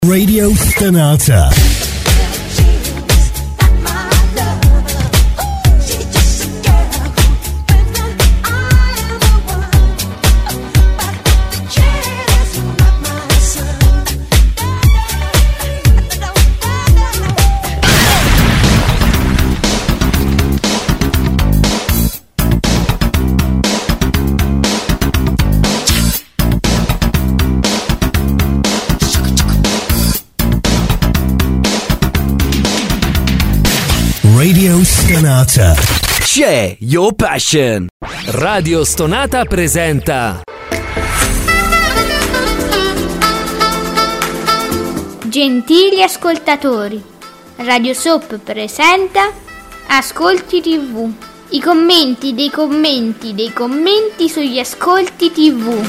Radio Stanata. Radio Stonata. Share your passion. Radio Stonata presenta Gentili ascoltatori, Radio Soap presenta Ascolti TV. I commenti dei commenti dei commenti sugli ascolti TV.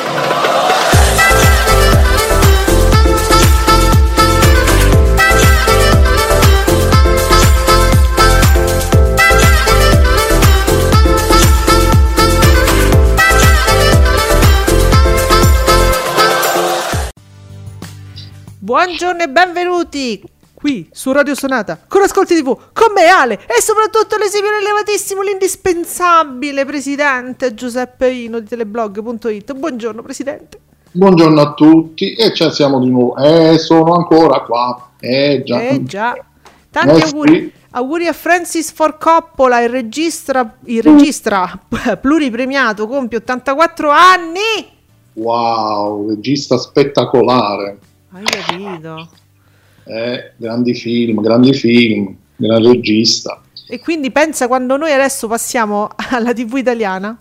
Buongiorno e benvenuti qui su Radio Stonata con Ascolti TV con me Ale e soprattutto l'esimio, elevatissimo, l'indispensabile presidente Giuseppe Ino di teleblog.it. Buongiorno presidente. Buongiorno a tutti e ci siamo di nuovo. Sono ancora qua. Già. Tanti auguri. Auguri a Francis Ford Coppola, il regista pluripremiato, compie 84 anni. Wow, regista spettacolare. Hai capito? Grandi film, gran regista. E quindi pensa quando noi adesso passiamo alla TV italiana.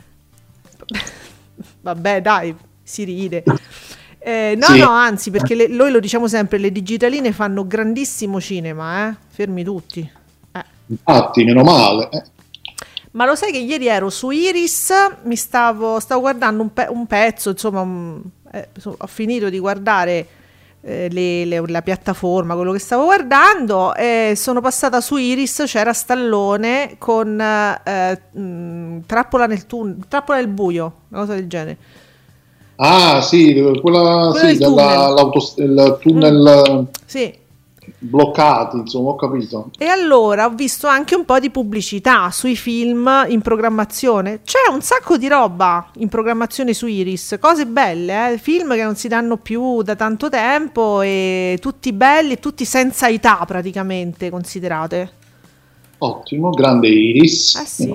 Vabbè, dai, si ride. Sì. No, anzi, perché noi lo diciamo sempre, le digitaline fanno grandissimo cinema, fermi tutti. Infatti, meno male. Ma lo sai che ieri ero su Iris, stavo guardando un pezzo, insomma, ho finito di guardare la piattaforma, quello che stavo guardando, e sono passata su Iris, c'era Stallone con Trappola nel buio, una cosa del genere. Ah sì, quella sì, il tunnel sì. Bloccati, insomma, ho capito. E allora ho visto anche un po' di pubblicità sui film in programmazione. C'è un sacco di roba in programmazione su Iris, cose belle, film che non si danno più da tanto tempo e tutti belli, tutti senza età praticamente, considerate. Ottimo, grande Iris. Sì.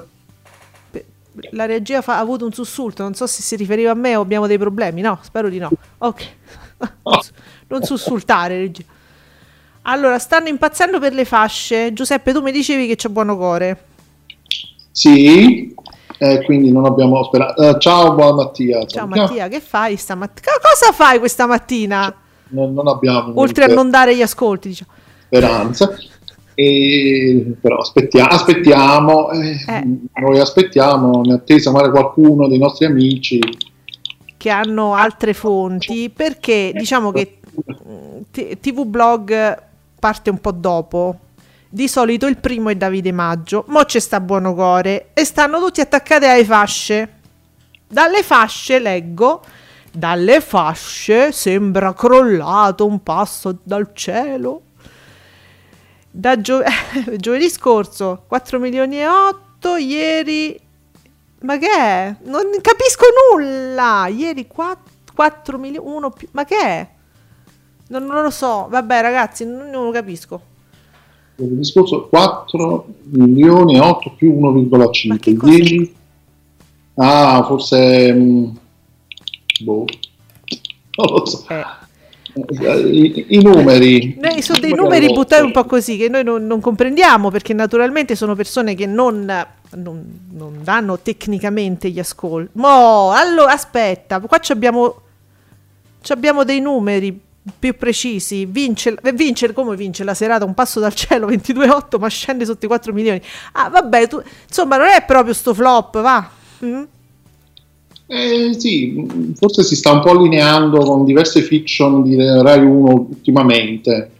La regia ha avuto un sussulto, non so se si riferiva a me o abbiamo dei problemi. No, spero di no. Ok. Non sussultare, regia. Allora, stanno impazzendo per le fasce. Giuseppe, tu mi dicevi che c'è buono core. Sì, quindi non abbiamo speranza. Ciao, buon Mattia. Ciao Mattia, che fai stamattina? Cosa fai questa mattina? Non abbiamo. Oltre a non dare gli ascolti, diciamo. Speranza. Però aspettiamo. Noi aspettiamo in attesa magari qualcuno dei nostri amici che hanno altre fonti, perché diciamo che TV Blog parte un po' dopo. Di solito il primo è Davide Maggio, mo c'è sta Buonocore e stanno tutti attaccati alle fasce. Dalle fasce leggo, dalle fasce sembra crollato un passo dal cielo. Da giovedì scorso 4 milioni e 8, ieri ma che è? Non capisco nulla. Ieri 4 milioni, 1 più, ma che è? Non lo so, vabbè ragazzi, non lo capisco. Il discorso 4 milioni e 8 più 1,5. Ma che cos'è? Forse non lo so. I numeri. Sono dei numeri buttati un po' così che noi non comprendiamo, perché naturalmente sono persone che non danno tecnicamente gli ascolti. Allora aspetta, qua abbiamo dei numeri più precisi. Vince come vince la serata Un passo dal cielo 22,8, ma scende sotto i 4 milioni. Vabbè, insomma non è proprio sto flop, va. Sì, forse si sta un po' allineando con diverse fiction di Rai 1 ultimamente.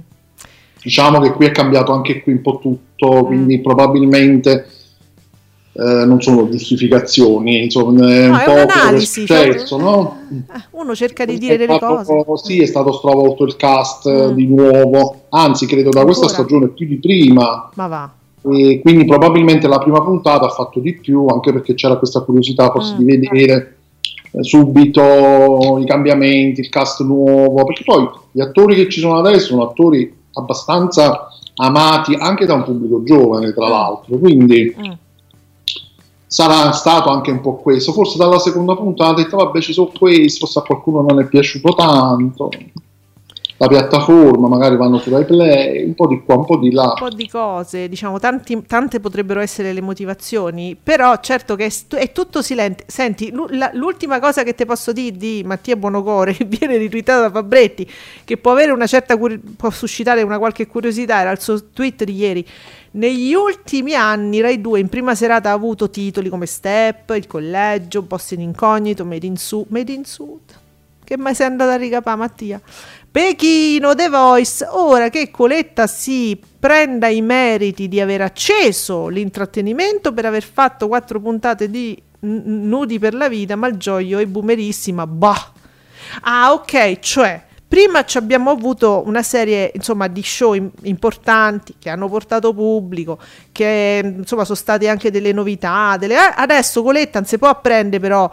Diciamo che qui è cambiato anche qui un po' tutto, quindi probabilmente non sono giustificazioni, insomma, è un è po' un'analisi, successo, no? Uno cerca di dire delle cose. Sì, è stato stravolto il cast di nuovo, anzi credo da questa stagione più di prima. Ma va. E quindi probabilmente la prima puntata ha fatto di più, anche perché c'era questa curiosità forse di vedere subito i cambiamenti, il cast nuovo, perché poi gli attori che ci sono adesso sono attori abbastanza amati anche da un pubblico giovane, tra l'altro, quindi sarà stato anche un po' questo. Forse dalla seconda puntata ha detto vabbè, ci sono questi, forse a qualcuno non è piaciuto tanto la piattaforma, magari vanno su Rai Play, un po' di qua, un po' di là, un po' di cose, diciamo, tante potrebbero essere le motivazioni, però certo che è tutto silente. Senti, l'ultima cosa che ti posso dire di Mattia Buonocore, che viene ritweetato da Fabretti, che può avere una certa può suscitare una qualche curiosità, era il suo tweet di ieri. Negli ultimi anni Rai 2 in prima serata ha avuto titoli come Step, Il Collegio, Boss in Incognito, Made in Sud. Che mai sei andato a ricapà, Mattia? Pechino, The Voice. Ora che Coletta si prenda i meriti di aver acceso l'intrattenimento per aver fatto 4 puntate di Nudi per la vita, Malgioglio e Boomerissima, bah. Ah, ok, cioè prima ci abbiamo avuto una serie, insomma, di show importanti che hanno portato pubblico, che insomma sono state anche delle novità, adesso Coletta non si può prendere però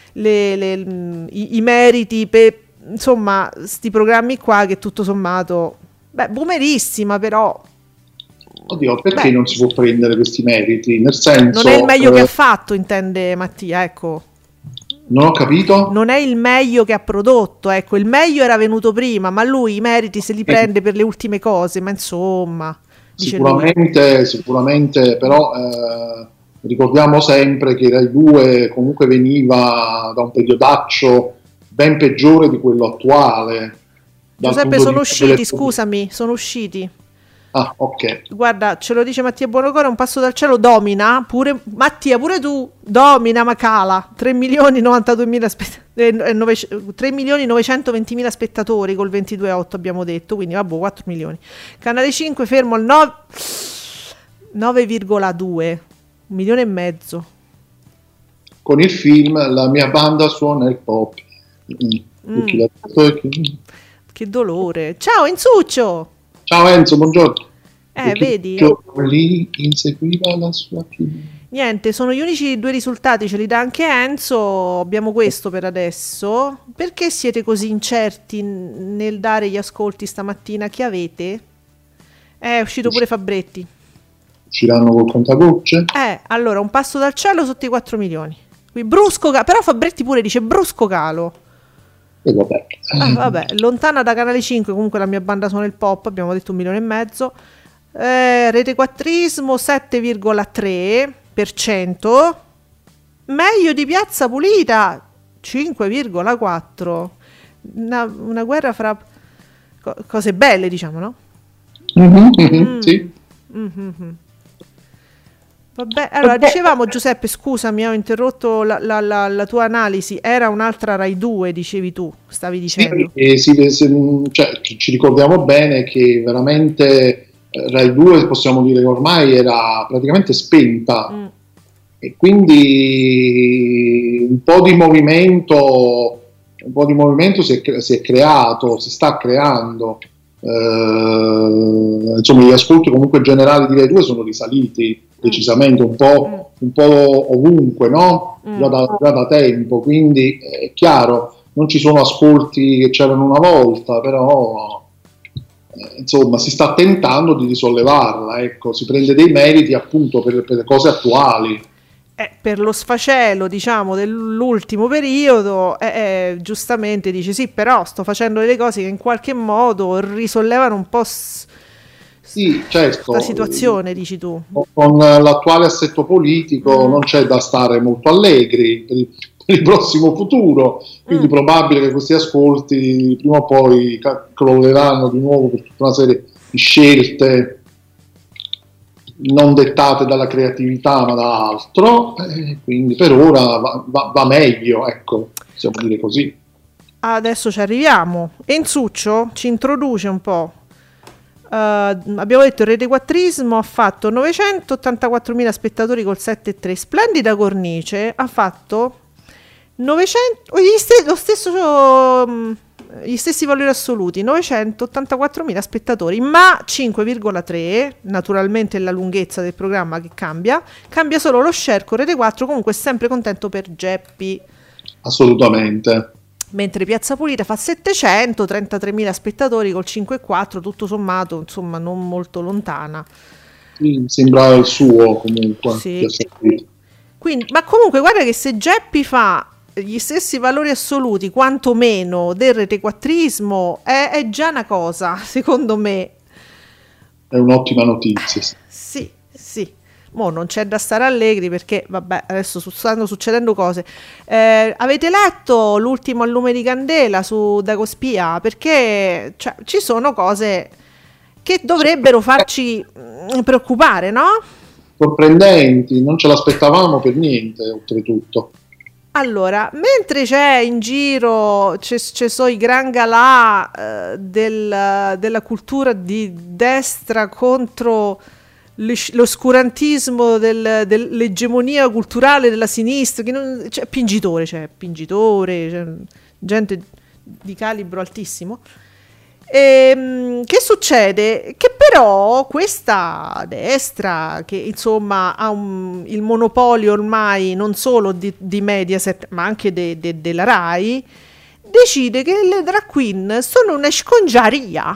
i meriti per, insomma, sti programmi qua che tutto sommato, Boomerissima, però oddio, perché non si può prendere questi meriti? Nel senso, non è il meglio che ha fatto, intende Mattia, ecco. Non ho capito. Non è il meglio che ha prodotto, ecco, il meglio era venuto prima, ma lui i meriti se li prende per le ultime cose, ma insomma, sicuramente, però ricordiamo sempre che Rai 2 comunque veniva da un periodaccio ben peggiore di quello attuale. Giuseppe, sono usciti, scusami, sono usciti. Ah, ok. Guarda, ce lo dice Mattia Buonocore, un passo dal cielo, domina, pure Mattia, pure tu, domina ma cala, 3.920.000 spettatori col 22,8 abbiamo detto, quindi vabbè, 4 milioni. Canale 5 fermo al 9,2, 1,5 milioni. Con il film La mia banda suona il pop. Che dolore. Ciao Enzuccio! Ciao Enzo, buongiorno. Vedi? Lì inseguiva la sua figlia. Niente, sono gli unici 2 risultati, ce li dà anche Enzo, abbiamo questo per adesso. Perché siete così incerti nel dare gli ascolti stamattina? Chi avete? È uscito pure Fabretti. Usciranno col contagocce? Allora, un passo dal cielo sotto i 4 milioni. Qui brusco però Fabretti pure dice brusco calo. E vabbè. Vabbè, lontana da Canale 5, comunque La mia banda suona il pop, abbiamo detto 1,5 milioni. Rete Quattrismo 7,3%. Meglio di Piazza Pulita 5,4%. Una guerra fra cose belle, diciamo, no? Sì. Vabbè, allora dicevamo, Giuseppe, scusami, ho interrotto la tua analisi, era un'altra Rai 2, dicevi tu, stavi dicendo. Cioè, ci ricordiamo bene che veramente Rai 2 possiamo dire che ormai era praticamente spenta e quindi un po' di movimento si è creato, si sta creando. Insomma, gli ascolti comunque generali di Rai 2 sono risaliti decisamente un po' ovunque, no? Già da tempo, quindi è chiaro, non ci sono ascolti che c'erano una volta, però insomma si sta tentando di risollevarla, ecco, si prende dei meriti appunto per le cose attuali. Per lo sfacelo, diciamo, dell'ultimo periodo, giustamente dice sì, però sto facendo delle cose che in qualche modo risollevano un po' sì, certo, la situazione, dici tu. Con l'attuale assetto politico non c'è da stare molto allegri per il prossimo futuro, quindi è probabile che questi ascolti prima o poi crolleranno di nuovo per tutta una serie di scelte non dettate dalla creatività ma da altro, quindi per ora va meglio, ecco, possiamo dire così. Adesso ci arriviamo. Enzuccio ci introduce un po' abbiamo detto il retequattrismo ha fatto 984.000 spettatori col 7,3. Splendida cornice ha fatto 900, gli stessi valori assoluti, 984.000 spettatori, ma 5,3, naturalmente la lunghezza del programma che cambia solo lo share con Rete 4, comunque sempre contento per Geppi. Assolutamente. Mentre Piazza Pulita fa 733.000 spettatori col 5,4, tutto sommato, insomma, non molto lontana. Sì, sembra il suo comunque. Sì. Quindi, ma comunque guarda che se Geppi fa gli stessi valori assoluti quantomeno del retequattrismo è già una cosa, secondo me. È un'ottima notizia. Sì. Mo non c'è da stare allegri perché vabbè, adesso stanno succedendo cose. Avete letto l'ultimo Al lume di candela su Dagospia? Perché cioè, ci sono cose che dovrebbero farci preoccupare, no? Sorprendenti, non ce l'aspettavamo per niente, oltretutto. Allora, mentre c'è in giro, c'è so i gran galà della cultura di destra contro l'oscurantismo dell'egemonia culturale della sinistra, che c'è pingitore, c'è gente di calibro altissimo. Che succede? Che però questa destra, che insomma ha il monopolio ormai non solo di Mediaset ma anche della Rai, decide che le drag queen sono una scongiaria.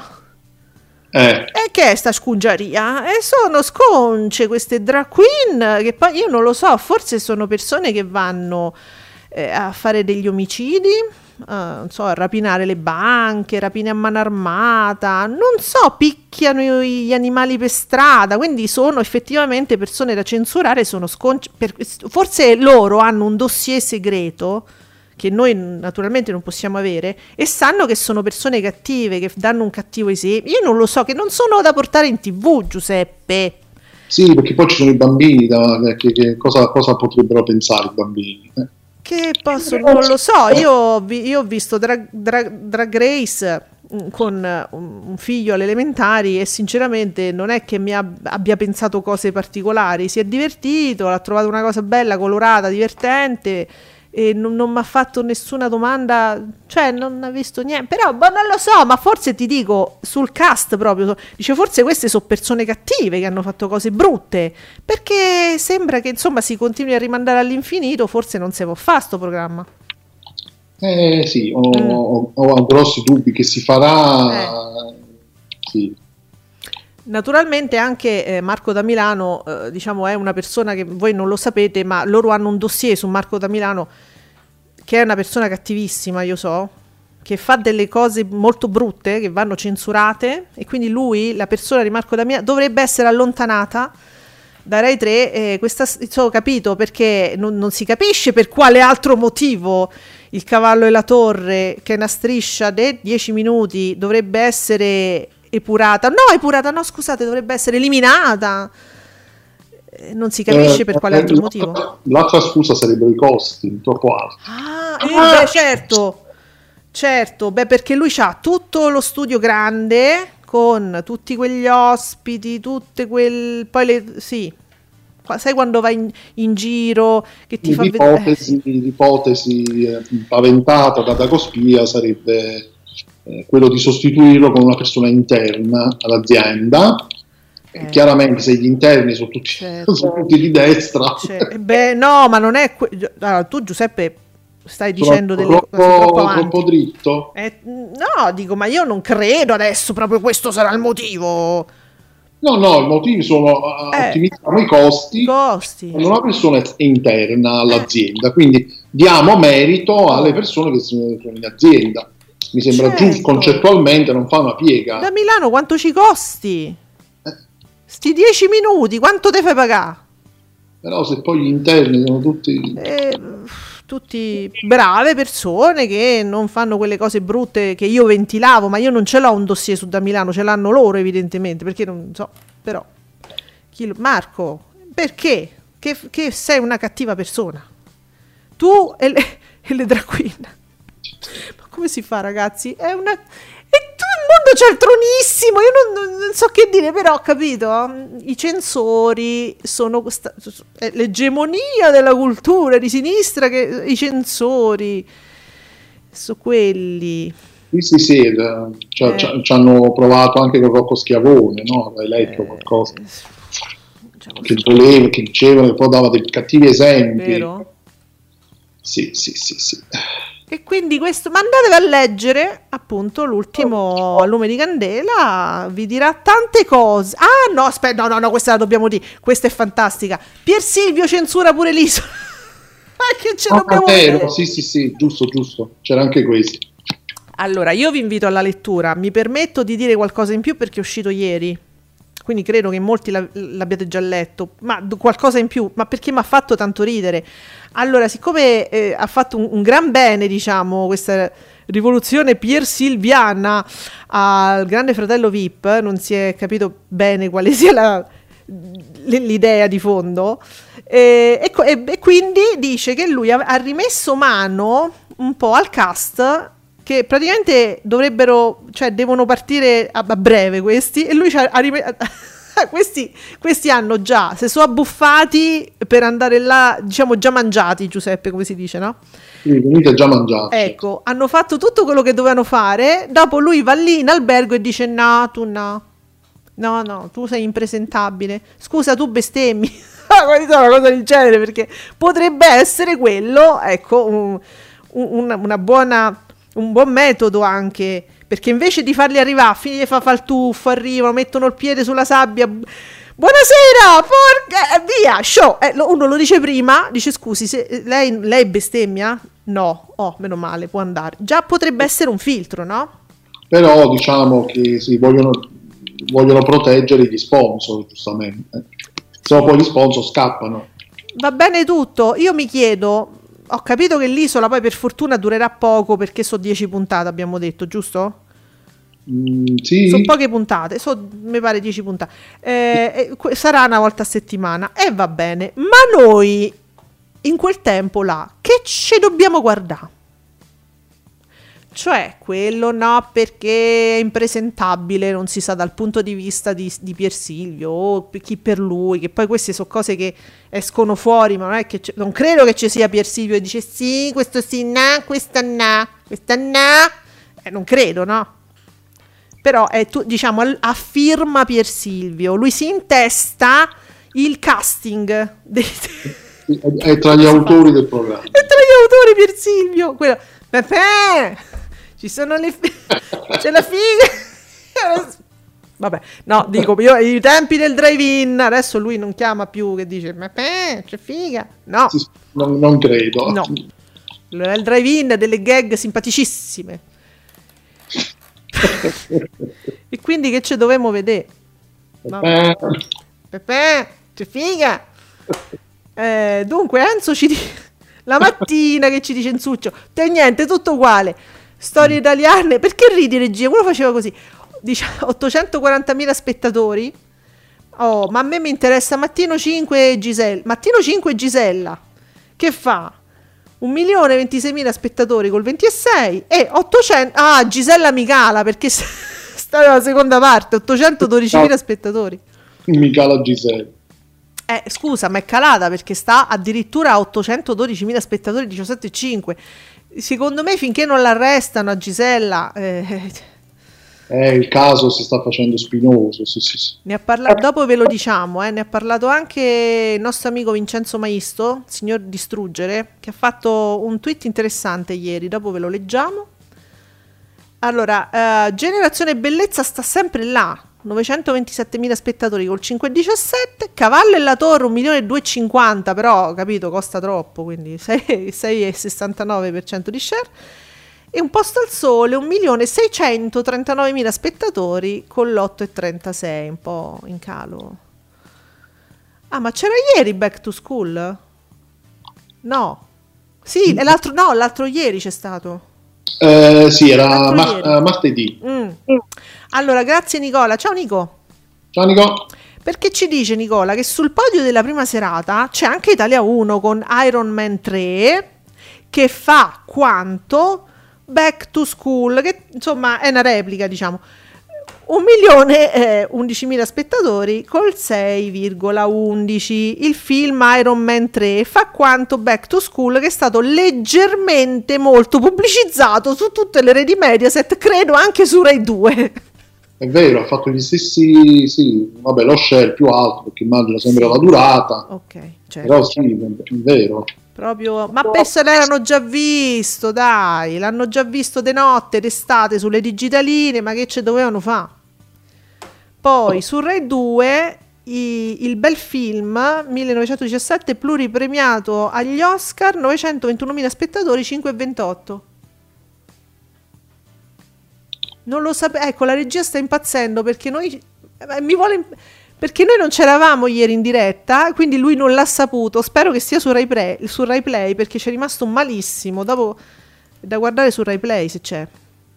E che è sta scongiaria? Sono sconce queste drag queen, che poi io non lo so, forse sono persone che vanno a fare degli omicidi, non so, a rapinare le banche, rapine a mano armata, non so, picchiano gli animali per strada, quindi sono effettivamente persone da censurare, sono sconce, forse loro hanno un dossier segreto che noi naturalmente non possiamo avere e sanno che sono persone cattive, che danno un cattivo esempio. Io non lo so, che non sono da portare in TV, Giuseppe. Sì, perché poi ci sono i bambini, che cosa potrebbero pensare i bambini? Che non lo so, io ho visto Drag Race con un figlio alle elementari e sinceramente non è che mi abbia pensato cose particolari, si è divertito, l'ha trovato una cosa bella, colorata, divertente e non mi ha fatto nessuna domanda, cioè non ha visto niente, però non lo so, ma forse ti dico sul cast proprio, dice forse queste sono persone cattive che hanno fatto cose brutte, perché sembra che insomma si continui a rimandare all'infinito, forse non si può fare sto programma. Sì, ho grossi dubbi che si farà. Sì. Naturalmente anche Marco da Milano, diciamo, è una persona che voi non lo sapete, ma loro hanno un dossier su Marco da Milano, che è una persona cattivissima, io so, che fa delle cose molto brutte, che vanno censurate, e quindi lui, la persona di Marco da Milano, dovrebbe essere allontanata da Rai 3, ho capito, perché non si capisce per quale altro motivo Il cavallo e la torre, che è una striscia di 10 minuti, dovrebbe essere epurata, no scusate, dovrebbe essere eliminata, non si capisce per quale altro motivo. L'altra scusa sarebbero i costi troppo alti. Certo, perché lui c'ha tutto lo studio grande con tutti quegli ospiti, sai quando vai in giro che ti fa vedere l'ipotesi paventata da Dagospia sarebbe quello di sostituirlo con una persona interna all'azienda. Chiaramente se gli interni sono tutti di destra, no, ma non è allora, tu Giuseppe stai dicendo delle cose troppo dritto. No, dico, ma io non credo adesso proprio questo sarà il motivo. No, i motivi sono ottimizzare i costi. Quando una persona è interna all'azienda, quindi diamo merito alle persone che sono in azienda. Mi sembra giusto, concettualmente non fa una piega. Da Milano quanto ci costi? Sti 10 minuti, quanto te fai pagare? Però se poi gli interni sono tutti brave persone che non fanno quelle cose brutte che io ventilavo, ma io non ce l'ho un dossier su Da Milano, ce l'hanno loro evidentemente, perché non so, però Marco, perché? Che sei una cattiva persona, tu e le drag queen. Ma come si fa, ragazzi? E tu mondo c'è il tronissimo, io non so che dire, però ho capito, i censori sono è l'egemonia della cultura di sinistra, che i censori su quelli. Sì, ci hanno provato anche con Rocco Schiavone, no? Hai letto qualcosa? Che dicevano che poi dava dei cattivi esempi. Vero? Sì. E quindi questo, ma andatevi a leggere appunto l'ultimo A lume di candela, vi dirà tante cose. Ah no, aspetta, no, questa la dobbiamo dire, questa è fantastica. Pier Silvio censura pure l'isola. Che ce dobbiamo dire? Sì, giusto, c'era anche questo. Allora, io vi invito alla lettura, mi permetto di dire qualcosa in più perché è uscito ieri, quindi credo che molti l'abbiate già letto, ma qualcosa in più, ma perché mi ha fatto tanto ridere. Allora, siccome ha fatto un gran bene, diciamo, questa rivoluzione piersilviana al Grande Fratello VIP, non si è capito bene quale sia l'idea di fondo, e quindi dice che lui ha rimesso mano un po' al cast, che praticamente devono partire a breve questi, e lui questi hanno già, se sono abbuffati per andare là, diciamo già mangiati, Giuseppe, come si dice, no? Sì, venite già mangiati. Ecco, hanno fatto tutto quello che dovevano fare, dopo lui va lì in albergo e dice no, tu sei impresentabile, scusa, tu bestemmi, una cosa del genere, perché potrebbe essere quello, ecco, un buon metodo anche, perché invece di farli arrivare, figli fa il tuffo, arrivano, mettono il piede sulla sabbia, buonasera, porca, via, show, uno lo dice prima, dice scusi, se lei bestemmia? No, meno male, può andare, già potrebbe essere un filtro, no? Però diciamo che sì, vogliono proteggere gli sponsor, giustamente, se no poi gli sponsor scappano. Va bene tutto, io mi chiedo, ho capito che l'isola poi per fortuna durerà poco, perché sono 10 puntate, abbiamo detto, giusto? Sì. Sono poche puntate, mi pare 10 puntate. Sarà una volta a settimana e va bene. Ma noi in quel tempo là che ci dobbiamo guardare? Cioè, quello no, perché è impresentabile, non si sa dal punto di vista di Pier Silvio o chi per lui, che poi queste sono cose che escono fuori, ma non è che non credo che ci sia Pier Silvio e dice sì, questo sì, no, questa no, non credo, no? Però diciamo affirma Pier Silvio, lui si intesta il casting è tra gli autori del programma, è tra gli autori Pier Silvio, quello Pepe, ci sono c'è la figa. Vabbè, no, dico io i tempi del drive-in, adesso lui non chiama più che dice Pepe, c'è figa, no, non credo, no, allora il drive-in delle gag simpaticissime. E quindi che ci dovevamo vedere? Pepe, c'è figa. Dunque Enzo ci dice la mattina che ci dice Enzuccio, te niente, tutto uguale, storie italiane, perché ridi regia? Quello faceva così, dice 840.000 spettatori, ma a me mi interessa Mattino 5 Gisella, che fa 1.026.000 spettatori col 26 e 800, Gisella Micala, perché sta nella seconda parte, 812.000 spettatori. Micala Gisella. Scusa, ma è calata perché sta addirittura a 812.000 spettatori, 17,5. Secondo me finché non l'arrestano a Gisella il caso si sta facendo spinoso, sì. Ne ha parlato, dopo ve lo diciamo, ne ha parlato anche il nostro amico Vincenzo Maisto, signor Distruggere, che ha fatto un tweet interessante ieri, dopo ve lo leggiamo. Allora, Generazione Bellezza sta sempre là, 927.000 spettatori col 5,17, Cavallo e la Torre 1.250.000, però capito, costa troppo, quindi 6,69% di share, e Un Posto al Sole 1.639.000 spettatori con l'8,36, un po' in calo. Ma c'era ieri Back to School? No, sì, l'altro ieri c'è stato. Sì, era martedì. Allora, grazie Nicola. Ciao Nico. Ciao Nico. Perché ci dice Nicola che sul podio della prima serata c'è anche Italia 1 con Iron Man 3 che fa quanto Back to School, che insomma è una replica, diciamo. 1.011.000 spettatori col 6,11. Il film Iron Man 3 fa quanto Back to School, che è stato leggermente molto pubblicizzato su tutte le reti Mediaset, credo anche su Rai 2. È vero, ha fatto gli stessi, sì, vabbè, lo share più alto perché immagino sembra la durata. Ok, certo. Però sì, è vero. Proprio, ma penso l'hanno già visto, dai, l'hanno già visto de notte, d'estate sulle digitaline, ma che ce dovevano fare? Poi su Rai 2 il bel film 1917 pluripremiato agli Oscar, 921.000 spettatori, 5,28. Non lo sapevo, ecco, la regia sta impazzendo perché perché noi non c'eravamo ieri in diretta, quindi lui non l'ha saputo. Spero che sia su Rai Play perché ci è rimasto malissimo. Dopo da guardare su Rai Play se c'è.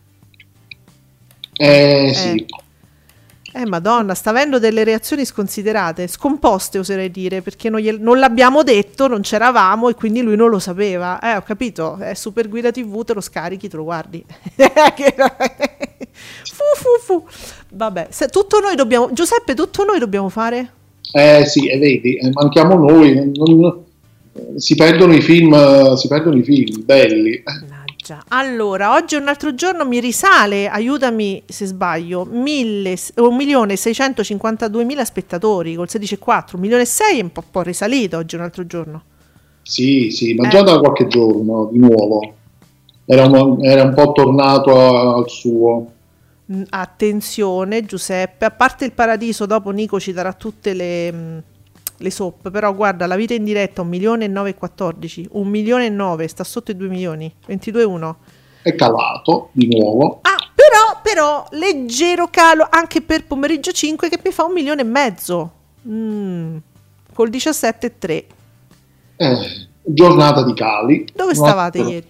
Sì. Madonna, sta avendo delle reazioni sconsiderate, scomposte oserei dire, perché non l'abbiamo detto, non c'eravamo e quindi lui non lo sapeva. Ho capito, è Super Guida TV, te lo scarichi, te lo guardi. Vabbè, tutto noi dobbiamo, Giuseppe, tutto noi dobbiamo fare? Sì, e vedi, manchiamo noi, si perdono i film belli. Allora, oggi è un altro giorno, mi risale, aiutami se sbaglio, 1.652.000 spettatori col 16,4, 1.600.000 è un po' risalito, oggi è un altro giorno. Sì, ma già da qualche giorno di nuovo era un po' tornato al suo. Attenzione Giuseppe, a parte il Paradiso, dopo Nico ci darà tutte le soap, però guarda, La vita in diretta 1.914.000, 1.900.000, sta sotto i 2 milioni, 22,1. È calato di nuovo. Però leggero calo anche per Pomeriggio 5 che mi fa 1,5 milioni, col 17,3. Giornata di cali. Dove stavate ieri?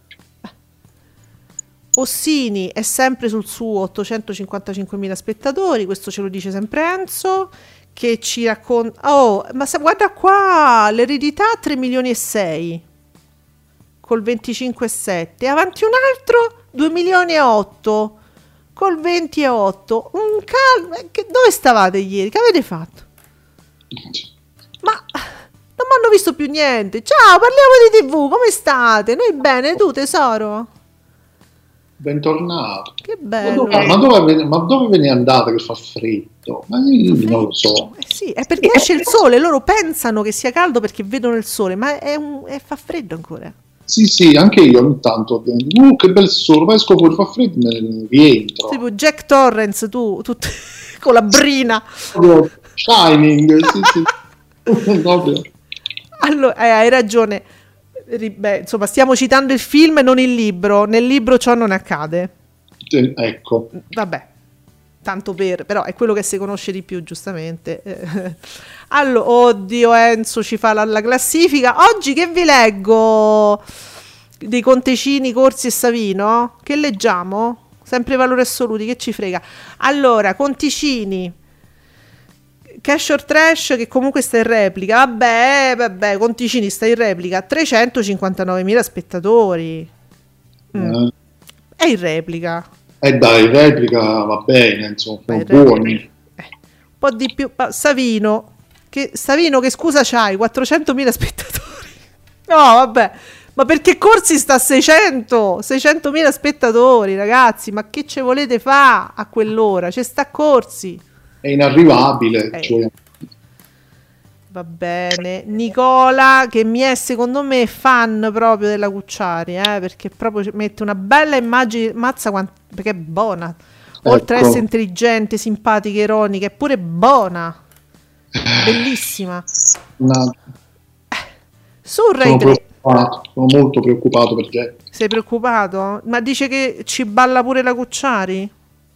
Ossini è sempre sul suo 855.000 spettatori, questo ce lo dice sempre Enzo, che ci racconta, guarda qua, l'eredità 3 milioni e 6 col 25,7, avanti un altro 2 milioni e 8 col 20,8. Dove stavate ieri? Che avete fatto? Ma non mi hanno visto più niente. Ciao, parliamo di TV, come state? Noi bene, tu tesoro? Bentornato. Che bello. Ma dove ve ne andate che fa freddo? Ma io non lo so. Sì, è perché esce il sole, loro pensano che sia caldo perché vedono il sole, ma fa freddo ancora. Sì, anche io ogni tanto che bel sole, ma esco fuori, fa freddo, me rientro. Tipo Jack Torrance, tu con la brina. Shining, sì. Allora, hai ragione. Beh, insomma, stiamo citando il film e non il libro. Nel libro ciò non accade. Ecco. Vabbè, tanto però è quello che si conosce di più, giustamente. Allora, oddio, Enzo ci fa la classifica. Oggi che vi leggo? Dei Contecini, Corsi e Savino? Che leggiamo? Sempre valori assoluti, che ci frega. Allora, Conticini, Cash or Trash, che comunque sta in replica. Vabbè, Conticini sta in replica. 359.000 spettatori. È in replica. Dai, in replica va bene, insomma, sono buoni. Un po' di più. Savino, che scusa c'hai? 400.000 spettatori. No, vabbè. Ma perché Corsi sta a 600.000 spettatori, ragazzi. Ma che ce volete fa a quell'ora? C'è sta Corsi. È inarrivabile. Cioè. Va bene. Nicola, che mi è secondo me fan proprio della Cucciari, perché proprio mette una bella immagine, mazza perché è buona. Oltre a essere intelligente, simpatica, ironica, è pure buona. Bellissima. Su Rai 3. Sono molto preoccupato per Jack. Sei preoccupato? Ma dice che ci balla pure la Cucciari?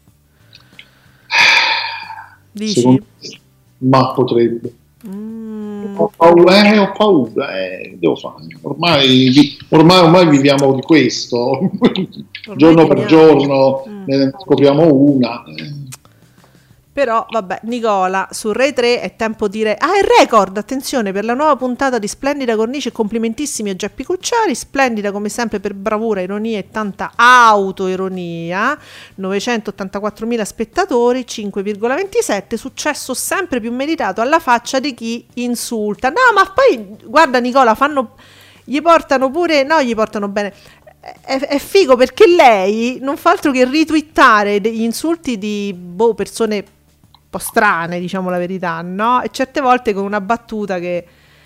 Dici? Ma potrebbe. Ho paura, devo fare. Ormai viviamo di questo. Giorno per giorno ne scopriamo una. Però vabbè, Nicola, su Rai 3 è tempo di il record, attenzione, per la nuova puntata di Splendida Cornice e complimentissimi a Geppi Cucciari, splendida come sempre per bravura, ironia e tanta autoironia, 984.000 spettatori, 5,27, successo sempre più meritato alla faccia di chi insulta. No, ma poi, guarda Nicola, gli portano bene. È figo perché lei non fa altro che retweetare degli insulti di persone un po' strane, diciamo la verità, no? E certe volte con una battuta che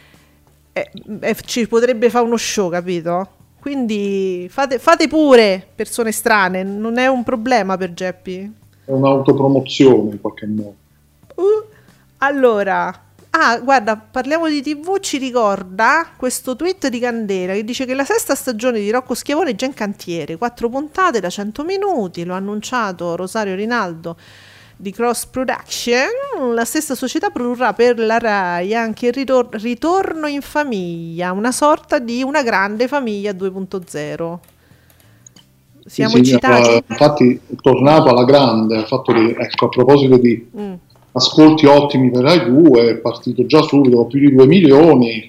ci potrebbe fare uno show, capito? Quindi fate pure persone strane, non è un problema per Geppi. È un'autopromozione in qualche modo. Allora, guarda, parliamo di TV, ci ricorda questo tweet di Candela che dice che la 6ª stagione di Rocco Schiavone è già in cantiere, 4 puntate da 100 minuti, lo ha annunciato Rosario Rinaldo di Cross Production. La stessa società produrrà per la Rai anche il ritorno in famiglia, una sorta di Una grande famiglia 2.0. Siamo eccitati? Infatti è tornato alla grande, ha fatto ecco, a proposito di ascolti ottimi per Rai 2, è partito già subito con più di 2 milioni.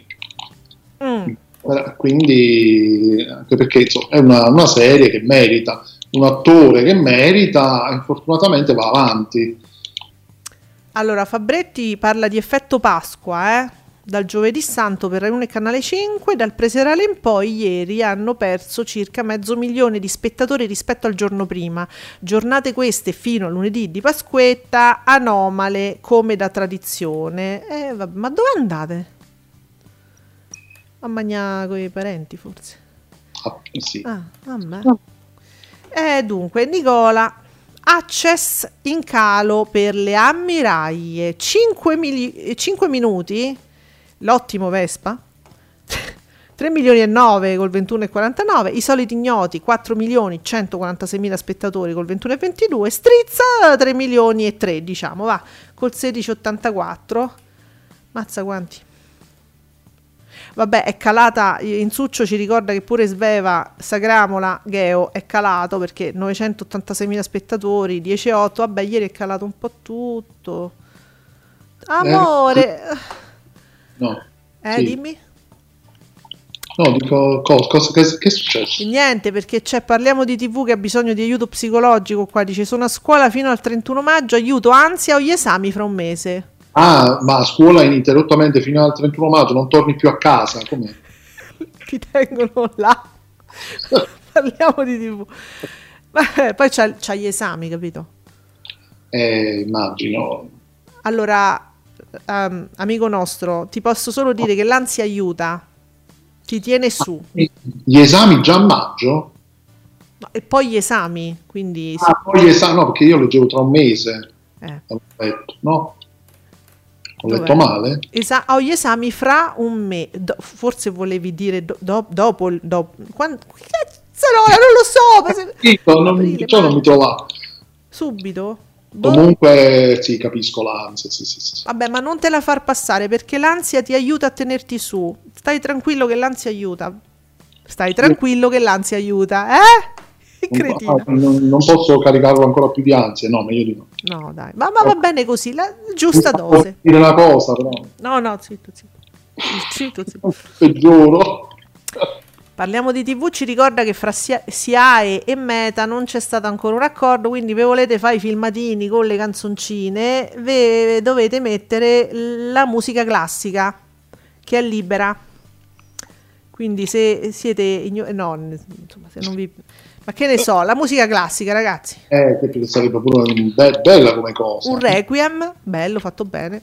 Quindi anche perché insomma, è una serie che merita, un attore che merita, infortunatamente va avanti. Allora, Fabretti parla di effetto Pasqua, dal giovedì santo per Rai 1 e Canale 5, dal preserale in poi ieri hanno perso circa 500.000 di spettatori rispetto al giorno prima. Giornate queste fino a lunedì di Pasquetta, anomale come da tradizione. Vabbè, ma dove andate? A mangiare con i parenti forse? Sì. Vabbè. Dunque, Nicola, access in calo per le ammiraglie, 5 minuti, l'ottimo Vespa, 3 milioni e 9 col 21,49, i soliti ignoti 4 milioni 146.000 spettatori col 21,22, Strizza 3 milioni e 3, diciamo, va, col 16,84, mazza quanti. Vabbè, è calata, Insuccio ci ricorda che pure Sveva Sagramola Geo è calato perché 986.000 spettatori, 10,8, vabbè, ieri è calato un po' tutto. Amore. No. Sì. Dimmi. No, dico, cosa che è successo? Niente, perché parliamo di TV che ha bisogno di aiuto psicologico qua, dice sono a scuola fino al 31 maggio, aiuto, ansia o gli esami fra un mese. Ma a scuola ininterrottamente fino al 31 maggio, non torni più a casa, com'è? Ti tengono là. Parliamo di TV. Poi c'ha gli esami, capito? Immagino. Allora, amico nostro, ti posso solo dire che l'ansia aiuta, ti tiene su. Gli esami già a maggio? No, e poi gli esami, quindi... poi gli esami, no, perché io leggevo tra un mese. Ho letto, no? Ho letto male? Ho gli esami fra un mese. Forse volevi dire dopo. Quando, che cazzo non lo so. Non mi trova. Subito? Comunque sì, capisco l'ansia. Sì. Vabbè, ma non te la far passare perché l'ansia ti aiuta a tenerti su. Stai tranquillo che l'ansia aiuta. Cretino. Non posso caricarlo ancora più di ansia, no, meglio di no. No, dai, ma va bene così, la giusta dose. Dire una cosa, però. No, zitto. Peggioro. Parliamo di TV, ci ricorda che fra SIAE e Meta non c'è stato ancora un accordo, quindi se volete fare i filmatini con le canzoncine, dovete mettere la musica classica, che è libera. Quindi se siete se non vi... Ma che ne so, la musica classica, ragazzi. Che sarebbe pure bella come cosa. Un requiem, bello, fatto bene.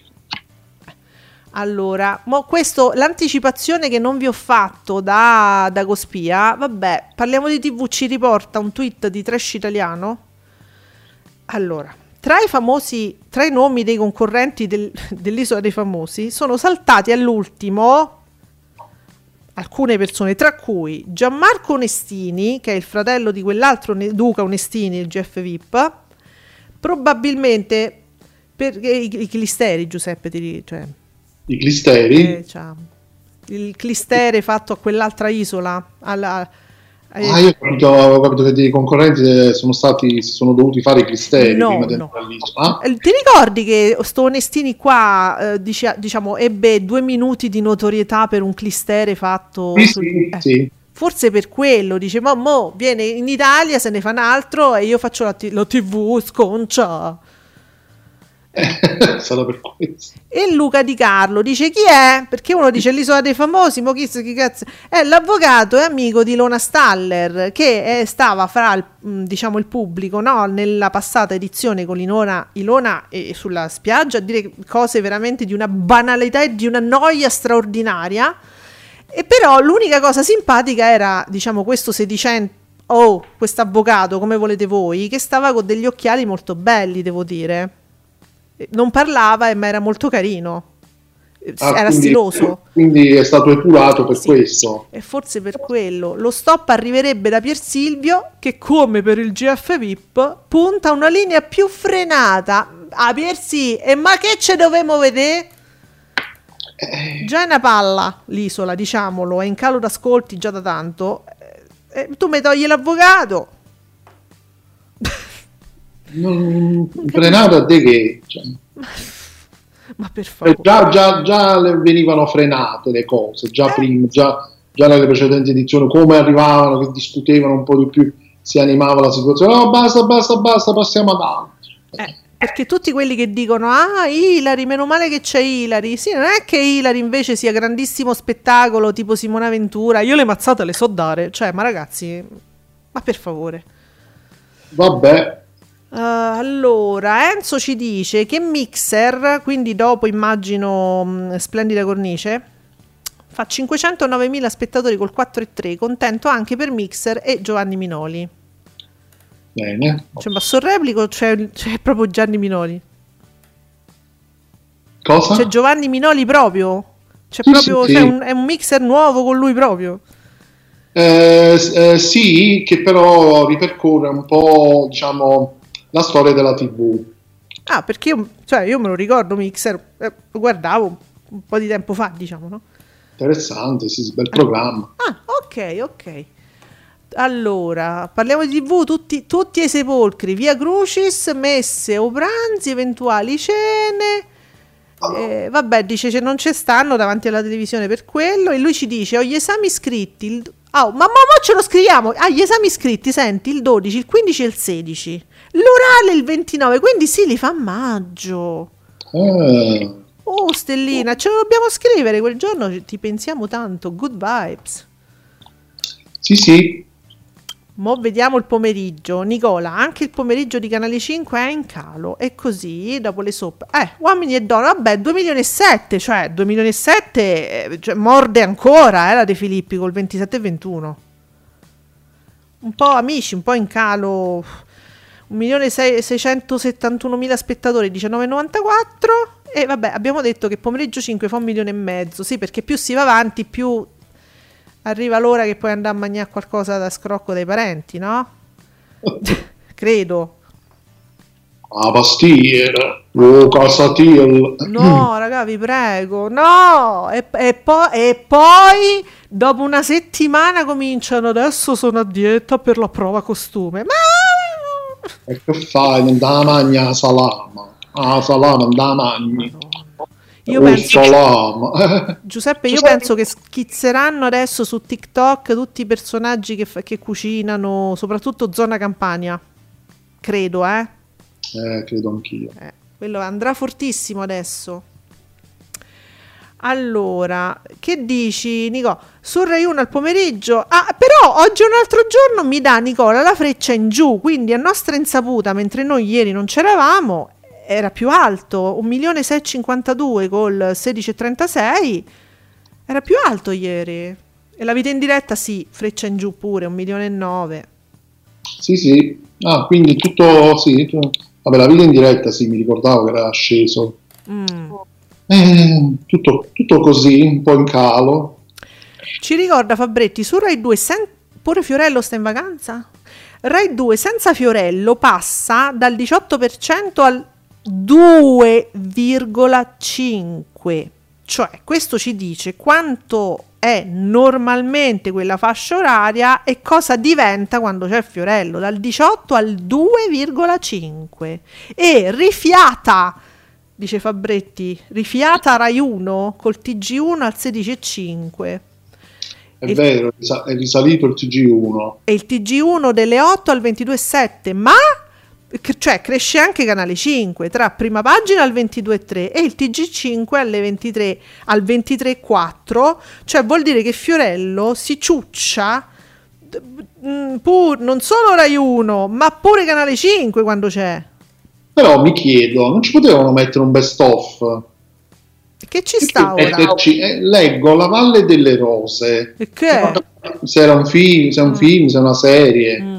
Allora, l'anticipazione che non vi ho fatto da Cospia, vabbè, parliamo di TV, ci riporta un tweet di Trash Italiano. Allora, tra i nomi dei concorrenti dell'Isola dei Famosi sono saltati all'ultimo alcune persone, tra cui Gianmarco Onestini, che è il fratello di quell'altro Duca Onestini, il GF VIP, probabilmente per i clisteri, Giuseppe, i clisteri? Il clistere fatto a quell'altra isola, Io ho capito che dei concorrenti si sono dovuti fare i clisteri prima di entrare all'isola. Ti ricordi che sto Onestini qua diciamo ebbe 2 minuti di notorietà per un clistere fatto sì. Forse per quello dice mo viene in Italia, se ne fa un altro e io faccio la TV sconcia. Sarà per questo. E Luca Di Carlo dice chi è? Perché uno dice l'isola dei famosi, mo chi cazzo è? L'avvocato e amico di Ilona Staller che stava fra il pubblico, no? Nella passata edizione con Ilona sulla spiaggia a dire cose veramente di una banalità e di una noia straordinaria. E però l'unica cosa simpatica era, diciamo, questo sedicente quest'avvocato, come volete voi, che stava con degli occhiali molto belli, devo dire. Non parlava, ma era molto carino. Era stiloso. Quindi è stato epurato per questo. E forse per quello. Lo stop arriverebbe da Pier Silvio, che come per il GF VIP punta una linea più frenata. Piersi, e ma che ce dovemo vedere? Già è una palla l'isola, diciamolo, è in calo d'ascolti già da tanto. Tu mi togli l'avvocato. Frenata de che? Ma per favore. Già venivano frenate le cose, prima, già nelle precedenti edizioni, come arrivavano, che discutevano un po' di più, si animava la situazione. No, basta, passiamo avanti. Perché tutti quelli che dicono Ilari, meno male che c'è Ilari. Sì, non è che Ilari invece sia grandissimo spettacolo tipo Simona Ventura. Io le mazzate le so dare. Cioè, ma ragazzi, ma per favore. Vabbè. Allora, Enzo ci dice che Mixer, quindi dopo immagino Splendida Cornice, fa 509.000 spettatori col 4,3, contento anche per Mixer e Giovanni Minoli. Bene. Cioè, ma sul replico c'è proprio Gianni Minoli. Cosa? C'è Giovanni Minoli proprio? C'è Sì. È un Mixer nuovo con lui proprio? Sì, che però ripercorre un po', diciamo, la storia della TV. Perché io me lo ricordo Mixer, lo guardavo un po' di tempo fa, diciamo, no? Interessante, sì, bel programma. Ok. Allora, parliamo di TV, tutti ai sepolcri, via Crucis, messe o pranzi, eventuali cene. Vabbè, dice che non ci stanno davanti alla televisione per quello. E lui ci dice: ho gli esami scritti. Ma ce lo scriviamo. Gli esami scritti, senti, il 12, il 15 e il 16. L'orale il 29, quindi sì, li fa a maggio. Stellina, ce lo dobbiamo scrivere quel giorno, ti pensiamo tanto. Good vibes. Sì. Mo vediamo il pomeriggio. Nicola, anche il pomeriggio di Canale 5 è in calo. E così, dopo le soap. Uomini e donne, vabbè, 2.700.000, cioè 2.700.000, cioè, morde ancora, la De Filippi col 27 e 21. Un po' amici, un po' in calo. 1.671.000 spettatori, 19,94. E vabbè, abbiamo detto che pomeriggio 5 fa 1,5 milioni. Sì, perché più si va avanti, più arriva l'ora che puoi andare a mangiare qualcosa da scrocco dai parenti, no? Credo. Pastiera, casatil. No, raga, vi prego. No! E poi dopo una settimana cominciano. Adesso sono a dieta per la prova costume. Ma e che fai? Non da magna salama. Salama non da magni. Io penso Giuseppe, io penso che schizzeranno adesso su TikTok tutti i personaggi che cucinano, soprattutto zona Campania. Credo, credo anch'io. Quello andrà fortissimo adesso. Allora, che dici, Nico? Su Rai 1 al pomeriggio. Però oggi è un altro giorno, mi dà Nicola la freccia in giù, quindi a nostra insaputa, mentre noi ieri non c'eravamo, era più alto, 1.652.000 col 16,36, era più alto ieri. E la vita in diretta sì, freccia in giù pure, 1.900.000. Sì. Quindi tutto, sì. Vabbè, la vita in diretta sì, mi ricordavo che era sceso. Tutto così, un po' in calo. Ci ricorda Fabretti, su Rai 2 pure Fiorello sta in vacanza? Rai 2 senza Fiorello passa dal 18% al 2,5%, cioè questo ci dice quanto è normalmente quella fascia oraria e cosa diventa quando c'è Fiorello, dal 18 al 2,5 e rifiata, dice Fabretti, rifiata Rai 1 col TG1 al 16,5. È vero, è risalito il TG1 e il TG1 delle 8 al 22,7, ma cioè cresce anche Canale 5 tra prima pagina al 22,3 e il TG5 alle 23 al 23,4, cioè vuol dire che Fiorello si ciuccia non solo Rai 1 ma pure Canale 5 quando c'è. Però mi chiedo, non ci potevano mettere un best of? Che ci sta ora? Leggo La Valle delle Rose. E che? Se era un film, se è un film, se è una serie.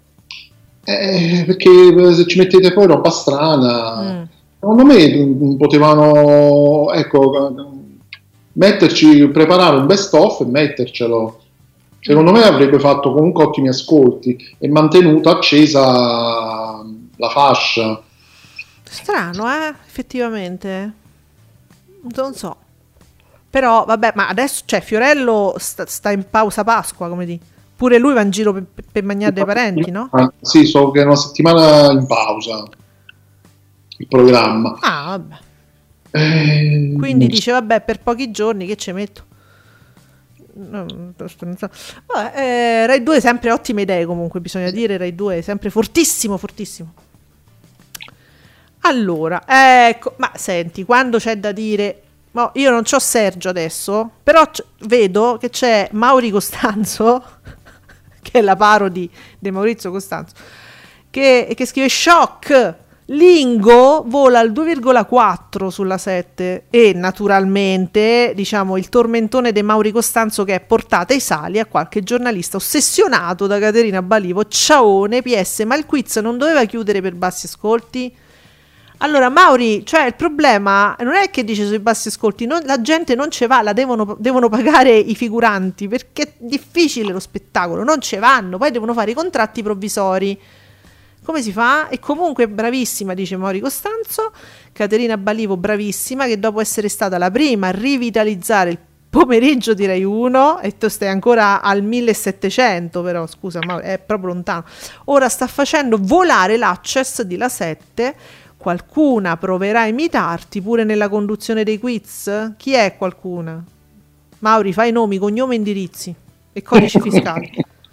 Perché se ci mettete poi roba strana, secondo me potevano, ecco, preparare un best of e mettercelo. Secondo me avrebbe fatto comunque ottimi ascolti e mantenuto accesa la fascia. Strano, effettivamente. Non so. Però vabbè, ma adesso cioè Fiorello sta in pausa Pasqua, come di. Pure lui va in giro per mangiare dei parenti, no? Sì, so che è una settimana in pausa il programma. Ah, vabbè. Quindi dice, vabbè, per pochi giorni che ci metto? Non so. Vabbè, Rai 2 sempre ottime idee comunque, bisogna dire, Rai 2 sempre fortissimo, fortissimo. Allora, ecco, ma senti, quando c'è da dire... io non c'ho Sergio adesso, però vedo che c'è Mauri Costanzo... che è la parodi di Maurizio Costanzo, che scrive shock, Lingo vola al 2,4 sulla 7 e naturalmente diciamo il tormentone di Mauri Costanzo che è portata ai sali a qualche giornalista ossessionato da Caterina Balivo. Ciaone, PS, ma il quiz non doveva chiudere per bassi ascolti? Allora Mauri, cioè il problema non è che dice sui bassi ascolti, la gente non ce va, la devono pagare i figuranti perché è difficile lo spettacolo, non ce vanno, poi devono fare i contratti provvisori. Come si fa? E comunque bravissima, dice Mauri Costanzo, Caterina Balivo bravissima, che dopo essere stata la prima a rivitalizzare il pomeriggio di Rai 1, e tu stai ancora al 1700 però, scusa, ma è proprio lontano, ora sta facendo volare l'access di La 7. Qualcuna proverà a imitarti pure nella conduzione dei quiz? Chi è qualcuna? Mauri, fai nomi, cognome, indirizzi e codici fiscali.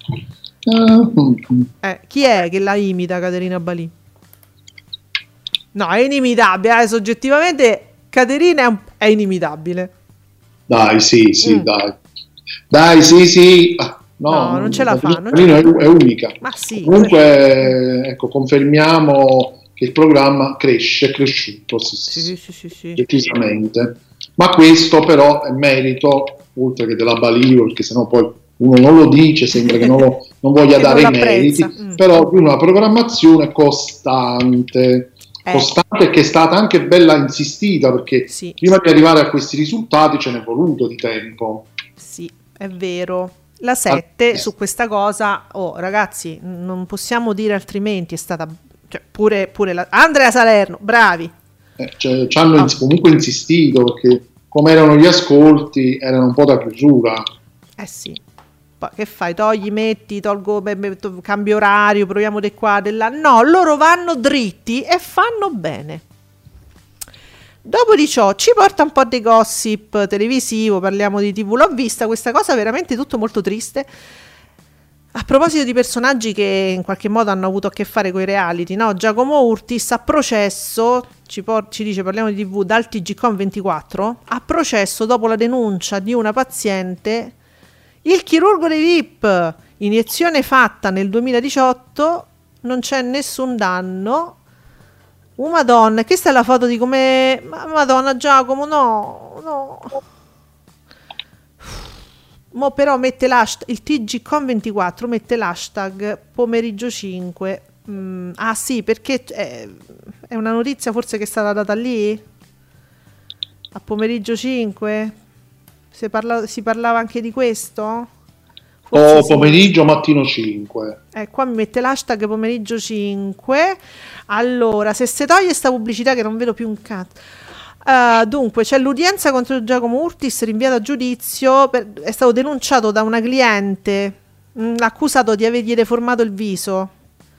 Chi è che la imita Caterina Balì? No, è inimitabile, soggettivamente Caterina è inimitabile. Dai, sì, dai, sì. No, non ce la fa. È unica. Ma sì. Comunque, ecco, confermiamo che il programma è cresciuto, sì, decisamente. Ma questo però è merito, oltre che della Balivo, perché sennò poi uno non lo dice, sembra che non voglia dare i meriti, però di una programmazione costante che è stata anche bella insistita, perché prima di arrivare a questi risultati ce n'è voluto di tempo. Sì, è vero. La 7 su questa cosa, ragazzi, non possiamo dire altrimenti, è stata... Cioè, pure Andrea Salerno, bravi. Ci hanno comunque insistito, perché come erano gli ascolti erano un po' da chiusura. Sì. Poi che fai? Togli, metti, tolgo, cambio orario, proviamo di qua, di là. No, loro vanno dritti e fanno bene. Dopo di ciò ci porta un po' di gossip televisivo, parliamo di TV. L'ho vista questa cosa veramente tutto molto triste. A proposito di personaggi che in qualche modo hanno avuto a che fare con i reality, no? Giacomo Urtis a processo, ci dice, parliamo di TV, dal TGCOM24, a processo dopo la denuncia di una paziente, il chirurgo dei VIP, iniezione fatta nel 2018, non c'è nessun danno. Madonna, questa è la foto di come... Madonna Giacomo, no... Mo però mette l'hashtag, il TGCOM24 mette l'hashtag pomeriggio 5. Sì, perché è una notizia forse che è stata data lì? A pomeriggio 5? Si parlava anche di questo? Forse pomeriggio, mattino 5. Qua mi mette l'hashtag pomeriggio 5. Allora, se si toglie sta pubblicità che non vedo più un cazzo. Dunque, c'è l'udienza contro Giacomo Urtis rinviata a giudizio. È stato denunciato da una cliente, accusato di avergli deformato il viso.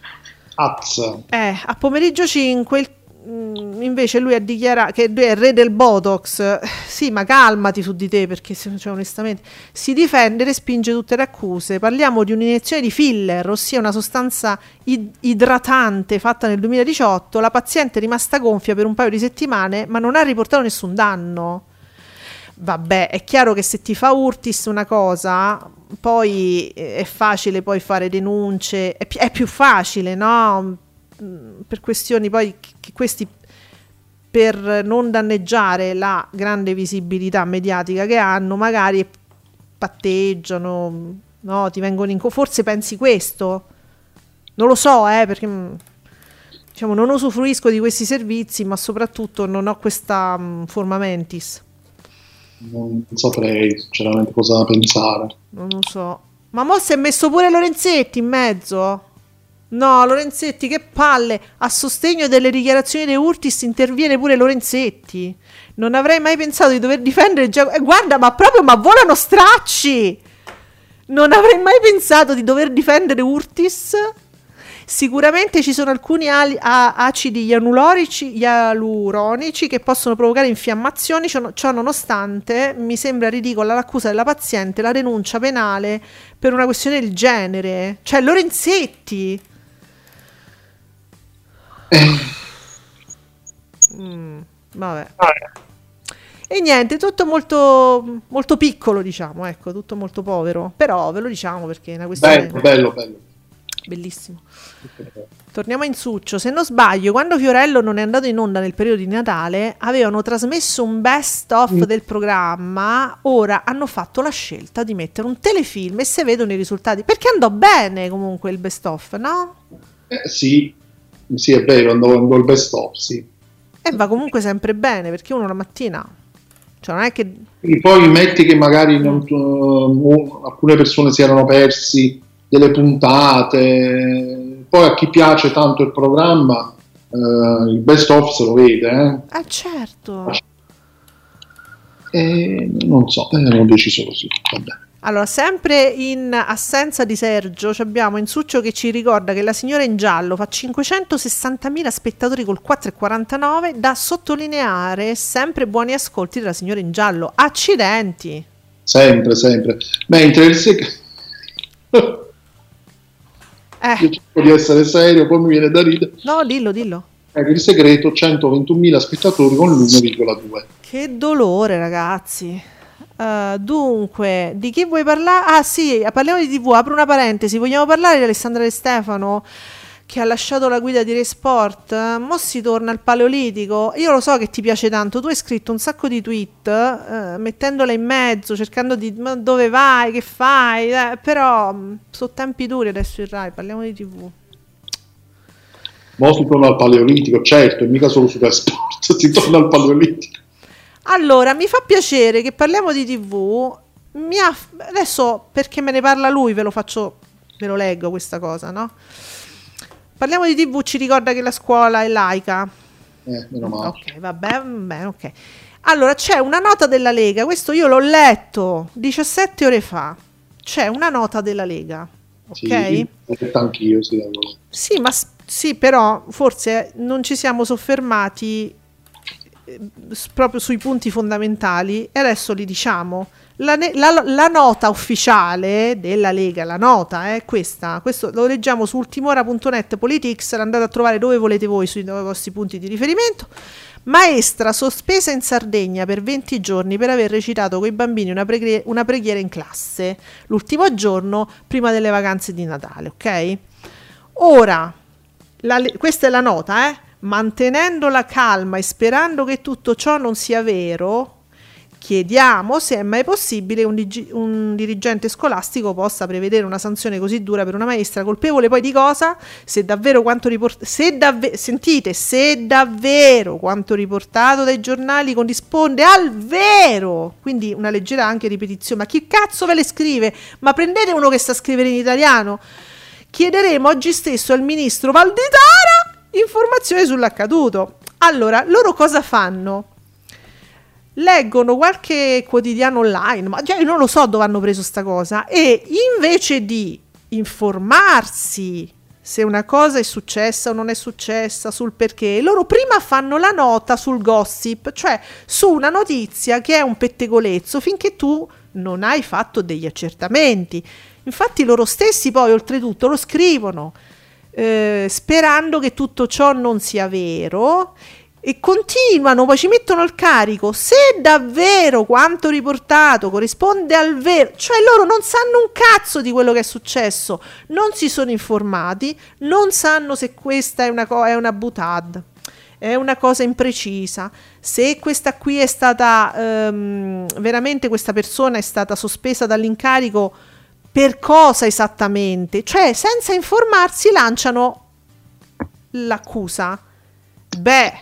A pomeriggio 5 invece lui ha dichiarato che lui è il re del Botox. Sì, ma calmati su di te, perché cioè, onestamente si difende e respinge tutte le accuse. Parliamo di un'iniezione di filler, ossia una sostanza idratante fatta nel 2018. La paziente è rimasta gonfia per un paio di settimane, ma non ha riportato nessun danno. Vabbè, è chiaro che se ti fa Urtis una cosa, poi è facile poi fare denunce, è più facile, no? Per questioni poi che questi, per non danneggiare la grande visibilità mediatica che hanno, magari patteggiano, no? Ti vengono forse pensi questo? Non lo so, perché diciamo non usufruisco di questi servizi, ma soprattutto non ho questa forma mentis. Non saprei sinceramente cosa pensare. Non lo so. Ma mo si è messo pure Lorenzetti in mezzo? No, Lorenzetti, che palle! A sostegno delle dichiarazioni dei Urtis interviene pure Lorenzetti. Non avrei mai pensato di dover difendere guarda, ma volano stracci! Non avrei mai pensato di dover difendere Urtis. Sicuramente ci sono alcuni acidi ialuronici che possono provocare infiammazioni. Ciò nonostante, mi sembra ridicola l'accusa della paziente, la denuncia penale per una questione del genere. Cioè, Lorenzetti. Vabbè. E niente, tutto molto, molto piccolo, diciamo, ecco, tutto molto povero. Però ve lo diciamo perché è una questione... Bello. Bellissimo. Torniamo in Succio. Se non sbaglio, quando Fiorello non è andato in onda nel periodo di Natale, avevano trasmesso un best of del programma. Ora hanno fatto la scelta di mettere un telefilm e se vedono i risultati, perché andò bene comunque il best of, no? Sì, è vero, andò il best of, sì. E va comunque sempre bene, perché uno la mattina, cioè non è che... E poi metti che magari alcune persone si erano persi delle puntate, poi a chi piace tanto il programma il best of se lo vede, certo. Non so, non ho deciso così, vabbè. Allora, sempre in assenza di Sergio, abbiamo Insuccio che ci ricorda che La Signora in Giallo fa 560.000 spettatori col 4,49, da sottolineare sempre buoni ascolti della Signora in Giallo. Accidenti! Sempre. Mentre il io cerco di essere serio, poi mi viene da ridere. No, dillo. Il segreto, 121.000 spettatori con l'1,2. Che dolore, ragazzi. Dunque, di chi vuoi parlare? Ah sì, parliamo di TV, apro una parentesi, vogliamo parlare di Alessandra De Stefano che ha lasciato la guida di Rai Sport. Mo si torna al Paleolitico. Io lo so che ti piace tanto, tu hai scritto un sacco di tweet mettendola in mezzo, cercando di dove vai, che fai, però sono tempi duri adesso il Rai, parliamo di TV. Mo si torna al Paleolitico, certo, e mica solo su Rai Sport, si torna al Paleolitico. Allora, mi fa piacere che parliamo di TV. Adesso, perché me ne parla lui, ve lo leggo questa cosa, no? Parliamo di TV, ci ricorda che la scuola è laica. Meno male. Ok, vabbè, ok. Allora, c'è una nota della Lega, questo io l'ho letto 17 ore fa. C'è una nota della Lega, ok? Sì, anch'io, sì. Allora. Sì, ma sì, però forse non ci siamo soffermati proprio sui punti fondamentali e adesso li diciamo. La nota ufficiale della Lega, la nota è questa, questo lo leggiamo su ultimora.net politics, l'andate a trovare dove volete voi sui vostri punti di riferimento. Maestra sospesa in Sardegna per 20 giorni per aver recitato coi bambini una preghiera in classe l'ultimo giorno prima delle vacanze di Natale, ok? Ora, questa è la nota, mantenendo la calma e sperando che tutto ciò non sia vero, chiediamo se è mai possibile un dirigente scolastico possa prevedere una sanzione così dura per una maestra colpevole poi di cosa? Se davvero quanto riportato dai giornali corrisponde al vero, quindi una leggera anche ripetizione. Ma chi cazzo ve le scrive? Ma prendete uno che sa scrivere in italiano. Chiederemo oggi stesso al ministro Valditara informazioni sull'accaduto. Allora, loro cosa fanno? leggono qualche quotidiano online, ma già io non lo so dove hanno preso sta cosa, e invece di informarsi se una cosa è successa o non è successa, sul perché, loro prima fanno la nota sul gossip, cioè su una notizia che è un pettegolezzo finché tu non hai fatto degli accertamenti. Infatti loro stessi poi oltretutto lo scrivono sperando che tutto ciò non sia vero, e continuano, poi ci mettono il carico se davvero quanto riportato corrisponde al vero, cioè loro non sanno un cazzo di quello che è successo, non si sono informati, non sanno se questa è una boutade, è una cosa imprecisa, se questa qui è stata veramente, questa persona è stata sospesa dall'incarico per cosa esattamente, cioè senza informarsi lanciano l'accusa. Beh,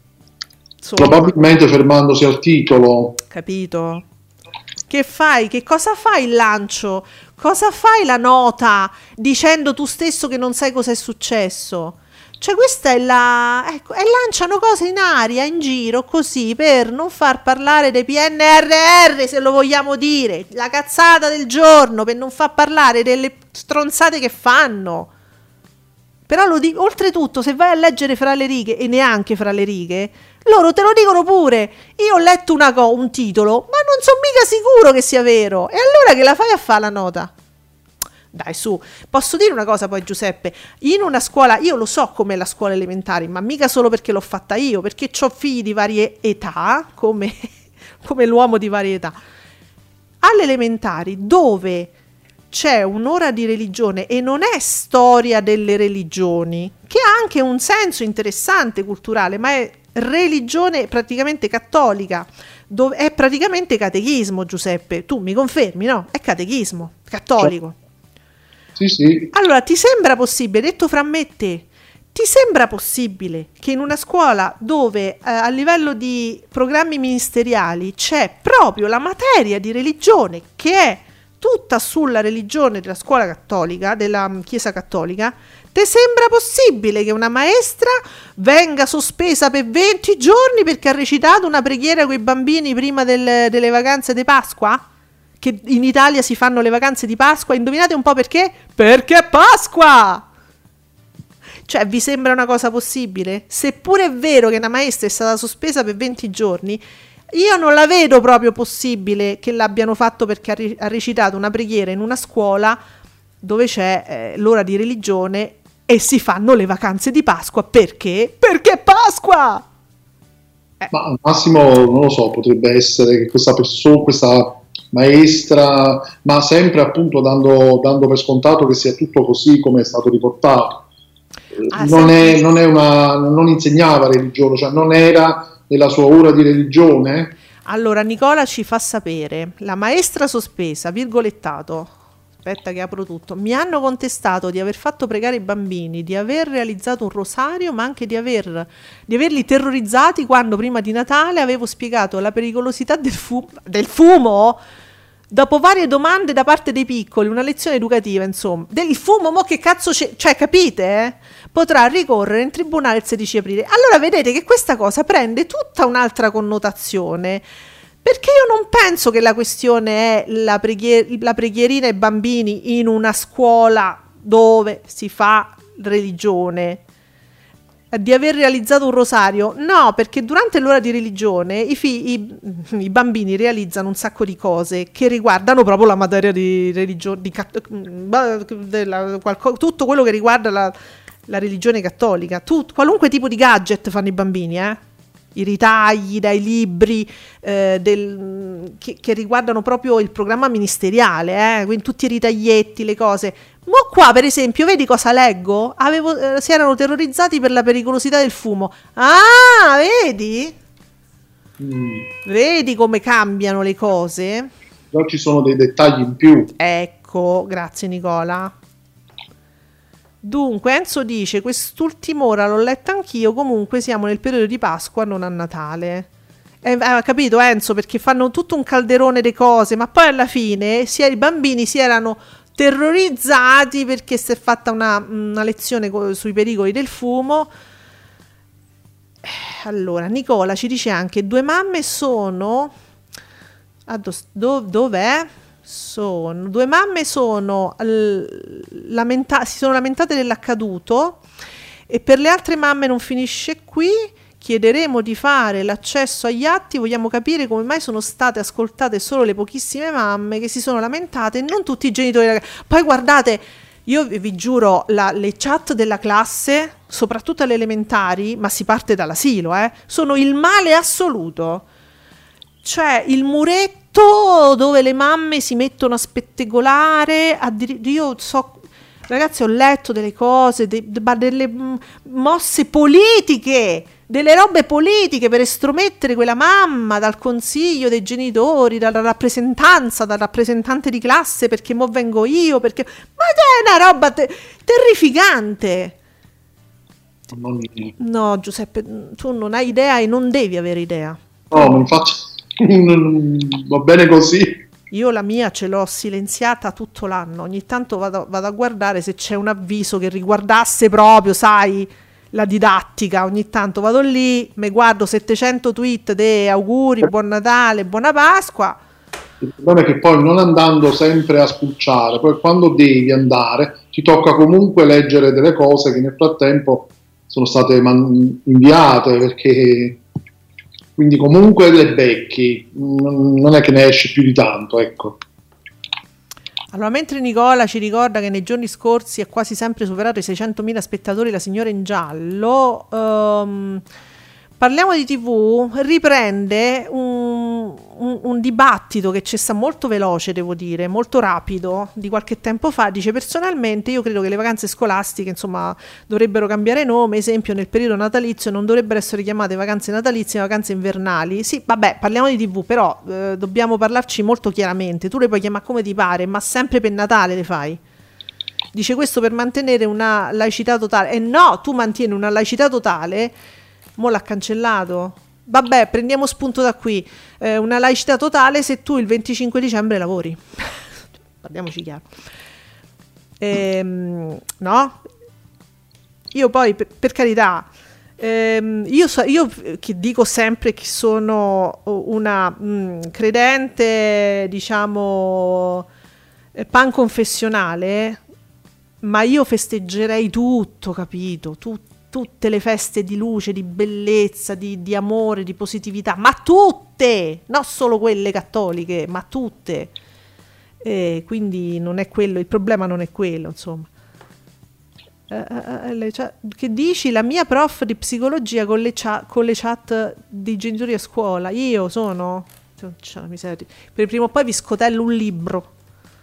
probabilmente fermandosi al titolo, capito? Che fai? Che cosa fai il lancio? Cosa fai la nota dicendo tu stesso che non sai cosa è successo? Cioè questa è ecco, e lanciano cose in aria, in giro, così, per non far parlare dei PNRR, se lo vogliamo dire, la cazzata del giorno, per non far parlare delle stronzate che fanno. Però oltretutto, se vai a leggere fra le righe, e neanche fra le righe, loro te lo dicono pure. Io ho letto un titolo, ma non sono mica sicuro che sia vero. E allora che la fai a fare la nota? Dai, su. Posso dire una cosa poi, Giuseppe? In una scuola, io lo so com'è la scuola elementare, ma mica solo perché l'ho fatta io, perché ho figli di varie età, come l'uomo di varie età. Alle elementari, dove c'è un'ora di religione, e non è storia delle religioni, che ha anche un senso interessante culturale, ma è religione praticamente cattolica, dove è praticamente catechismo, Giuseppe, tu mi confermi, no? È catechismo cattolico. Sì. Allora, ti sembra possibile, detto fra me e te, ti sembra possibile che in una scuola dove a livello di programmi ministeriali c'è proprio la materia di religione, che è tutta sulla religione della scuola cattolica, della Chiesa cattolica, ti sembra possibile che una maestra venga sospesa per 20 giorni perché ha recitato una preghiera con i bambini prima delle vacanze di Pasqua? Che in Italia si fanno le vacanze di Pasqua, indovinate un po' perché? Perché è Pasqua! Cioè, vi sembra una cosa possibile? Seppure è vero che una maestra è stata sospesa per 20 giorni, io non la vedo proprio possibile che l'abbiano fatto perché ha recitato una preghiera in una scuola dove c'è l'ora di religione e si fanno le vacanze di Pasqua. Perché? Perché è Pasqua! Ma al massimo, non lo so, potrebbe essere che questa persona, questa maestra, ma sempre appunto dando per scontato che sia tutto così come è stato riportato. Non insegnava religione, cioè non era nella sua ora di religione. Allora Nicola ci fa sapere: la maestra sospesa, virgolettato, aspetta che apro tutto, mi hanno contestato di aver fatto pregare i bambini, di aver realizzato un rosario, ma anche di averli terrorizzati quando prima di Natale avevo spiegato la pericolosità del fumo. Dopo varie domande da parte dei piccoli, una lezione educativa, insomma. Del fumo, mo che cazzo c'è? Cioè, capite? Potrà ricorrere in tribunale il 16 aprile. Allora vedete che questa cosa prende tutta un'altra connotazione, perché io non penso che la questione è la preghierina ai bambini in una scuola dove si fa religione, di aver realizzato un rosario. No, perché durante l'ora di religione i bambini realizzano un sacco di cose che riguardano proprio la materia di religione, tutto quello che riguarda la religione cattolica. Qualunque tipo di gadget fanno i bambini, i ritagli dai libri che riguardano proprio il programma ministeriale, quindi tutti i ritaglietti, le cose. Ma qua per esempio vedi cosa leggo? Si erano terrorizzati per la pericolosità del fumo. Ah, vedi? Vedi come cambiano le cose? Però ci sono dei dettagli in più. Ecco, grazie Nicola. Dunque Enzo dice: quest'ultima ora l'ho letta anch'io, comunque siamo nel periodo di Pasqua, non a Natale. Capito Enzo? Perché fanno tutto un calderone di cose, ma poi alla fine i bambini si erano terrorizzati perché si è fatta una lezione sui pericoli del fumo. allora, Nicola ci dice anche: due mamme sono... dov'è? Due mamme si sono lamentate dell'accaduto, e per le altre mamme non finisce qui. Chiederemo di fare l'accesso agli atti, vogliamo capire come mai sono state ascoltate solo le pochissime mamme che si sono lamentate e non tutti i genitori. Poi guardate, io vi giuro, le chat della classe, soprattutto alle elementari, ma si parte dall'asilo, sono il male assoluto. Cioè il muretto dove le mamme si mettono a spettegolare, io so... Ragazzi, ho letto delle cose, delle mosse politiche, delle robe politiche per estromettere quella mamma dal consiglio dei genitori, dalla rappresentanza, dal rappresentante di classe, perché mo vengo io, perché... Ma è una roba terrificante. No, Giuseppe, tu non hai idea e non devi avere idea. No, ma infatti va bene così. Io la mia ce l'ho silenziata tutto l'anno, ogni tanto vado a guardare se c'è un avviso che riguardasse proprio, sai, la didattica. Ogni tanto vado lì, mi guardo 700 tweet di auguri, buon Natale, buona Pasqua. Il problema è che poi, non andando sempre a spulciare, poi quando devi andare ti tocca comunque leggere delle cose che nel frattempo sono state inviate, perché... Quindi comunque le becchi, non è che ne esce più di tanto, ecco. Allora, mentre Nicola ci ricorda che nei giorni scorsi ha quasi sempre superato i 600.000 spettatori La Signora in Giallo, parliamo di TV, riprende un dibattito che c'è sta molto veloce, devo dire, molto rapido, di qualche tempo fa. Dice: personalmente io credo che le vacanze scolastiche, insomma, dovrebbero cambiare nome. Esempio, nel periodo natalizio non dovrebbero essere chiamate vacanze natalizie ma vacanze invernali. Sì, vabbè, parliamo di TV, però dobbiamo parlarci molto chiaramente. Tu le puoi chiamare come ti pare, ma sempre per Natale le fai. Dice questo per mantenere una laicità totale. E no, tu mantieni una laicità totale. Mo' l'ha cancellato. Vabbè, prendiamo spunto da qui. Una laicità totale se tu il 25 dicembre lavori. Parliamoci chiaro. No? Io poi, per carità, io che dico sempre che sono una credente, diciamo, panconfessionale, ma io festeggerei tutto, capito? Tutte le feste di luce, di bellezza, di amore, di positività, ma tutte, non solo quelle cattoliche, ma tutte. Quindi non è quello, il problema non è quello, insomma. Che dici? La mia prof di psicologia con le chat dei genitori a scuola. Io sono... Per prima o poi vi scotello un libro.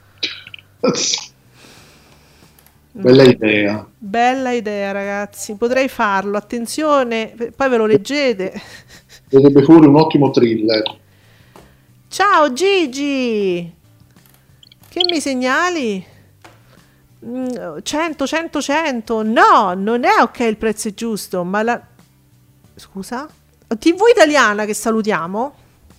Bella idea. Bella idea, ragazzi. Potrei farlo. Attenzione, poi ve lo leggete. Vedrebbe fuori un ottimo thriller. Ciao Gigi. Che mi segnali? 100. No, non è ok, il prezzo è giusto, ma la... Scusa? TV Italiana che salutiamo?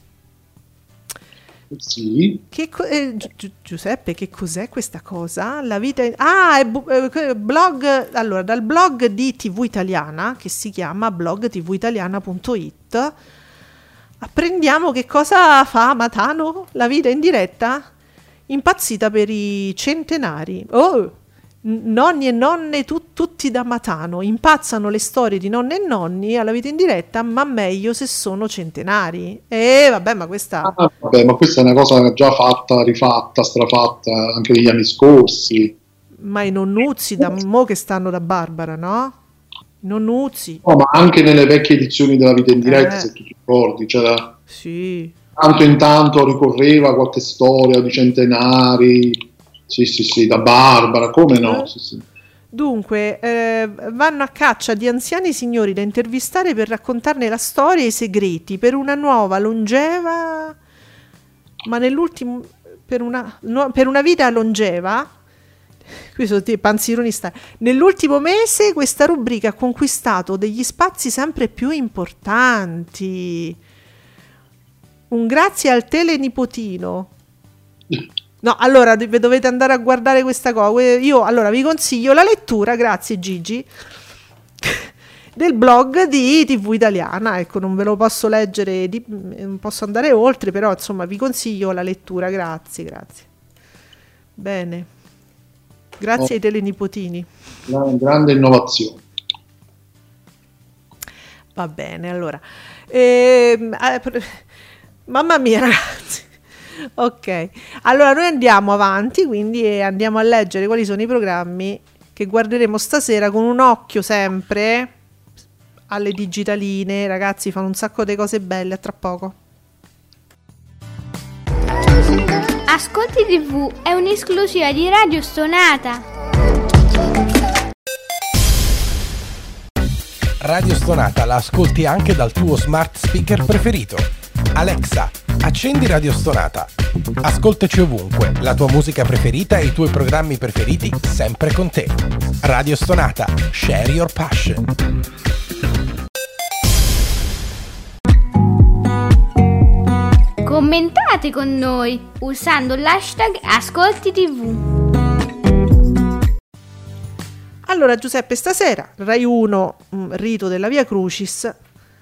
Sì. Giuseppe, che cos'è questa cosa? La vita è blog. Allora, dal blog di TV Italiana, che si chiama blogtvitaliana.it, apprendiamo che cosa fa Matano, la vita in diretta, impazzita per i centenari. Oh, nonni e nonne tutti da Matano, impazzano le storie di nonne e nonni alla vita in diretta, ma meglio se sono centenari. Vabbè, ma questa... vabbè, ma questa è una cosa già fatta, rifatta, strafatta anche negli anni scorsi. Ma i nonnuzzi da mo' che stanno da Barbara, no? I nonnuzzi. No, ma anche nelle vecchie edizioni della vita in diretta, se tu ti ricordi, c'era... Sì. Tanto in tanto ricorreva qualche storia di centenari... Sì, da Barbara, come no? Sì. Dunque, vanno a caccia di anziani signori da intervistare per raccontarne la storia e i segreti per una nuova longeva, ma nell'ultimo per una vita longeva. Qui sono panzironista. Nell'ultimo mese questa rubrica ha conquistato degli spazi sempre più importanti. Un grazie al telenipotino. No, allora dovete andare a guardare questa cosa. Io allora vi consiglio la lettura, grazie Gigi, del blog di TV Italiana. Ecco, non ve lo posso leggere, non posso andare oltre, però insomma vi consiglio la lettura. Grazie. Bene, grazie ai telenipotini. Una grande innovazione. Va bene, allora. Mamma mia, ragazzi. Ok, allora noi andiamo avanti, quindi andiamo a leggere quali sono i programmi che guarderemo stasera, con un occhio sempre alle digitaline. Ragazzi, fanno un sacco di cose belle. A tra poco. Ascolti TV è un'esclusiva di Radio Stonata. Radio Stonata la ascolti anche dal tuo smart speaker preferito. Alexa, accendi Radio Stonata. Ascoltaci ovunque, la tua musica preferita e i tuoi programmi preferiti sempre con te. Radio Stonata, share your passion. Commentate con noi usando l'hashtag Ascolti TV. Allora Giuseppe, stasera Rai 1, rito della Via Crucis.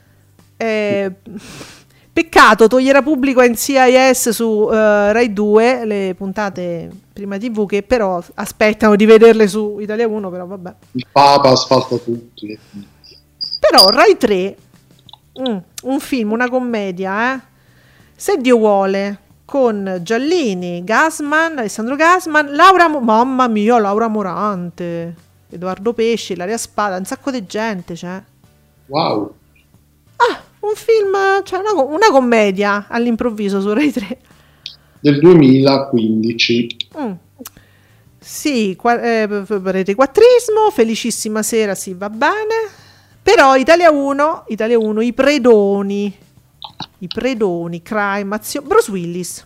Peccato, toglierà pubblico NCIS su Rai 2, le puntate prima TV, che però aspettano di vederle su Italia 1, però vabbè. Il Papa asfalta tutti. Però Rai 3, un film, una commedia, Se Dio vuole, con Giallini, Alessandro Gasman, mamma mia, Laura Morante, Edoardo Pesci, Ilaria Spada, un sacco di gente c'è. Wow. Un film, cioè una commedia all'improvviso su Rai 3 del 2015. Sì, Rete Quattrismo, Felicissima Sera, sì, va bene. Però Italia 1, i predoni, crime, azione, Bruce Willis.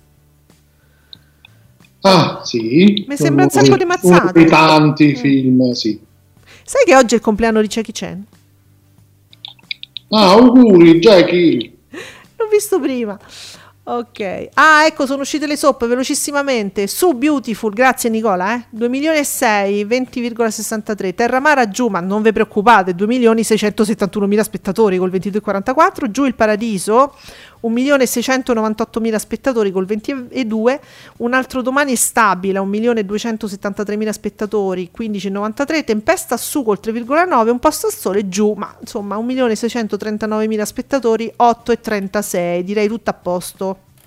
Sì. Mi sembra un sacco di mazzate. Uno dei tanti film, sì. Sai che oggi è il compleanno di Jackie Chan? Auguri Jackie. L'ho visto prima. Ok. Ecco, sono uscite le soap velocissimamente. Su Beautiful, grazie Nicola, 2.600.000, 20,63. Terramara giù, ma non vi preoccupate, 2.671.000 spettatori col 22,44. Giù il Paradiso, 1.698.000 spettatori col 22. Un altro domani è stabile, 1.273.000 spettatori, 15,93. Tempesta su col 3,9. Un posto al sole giù, ma insomma 1.639.000 spettatori, 8,36. Direi tutto a posto.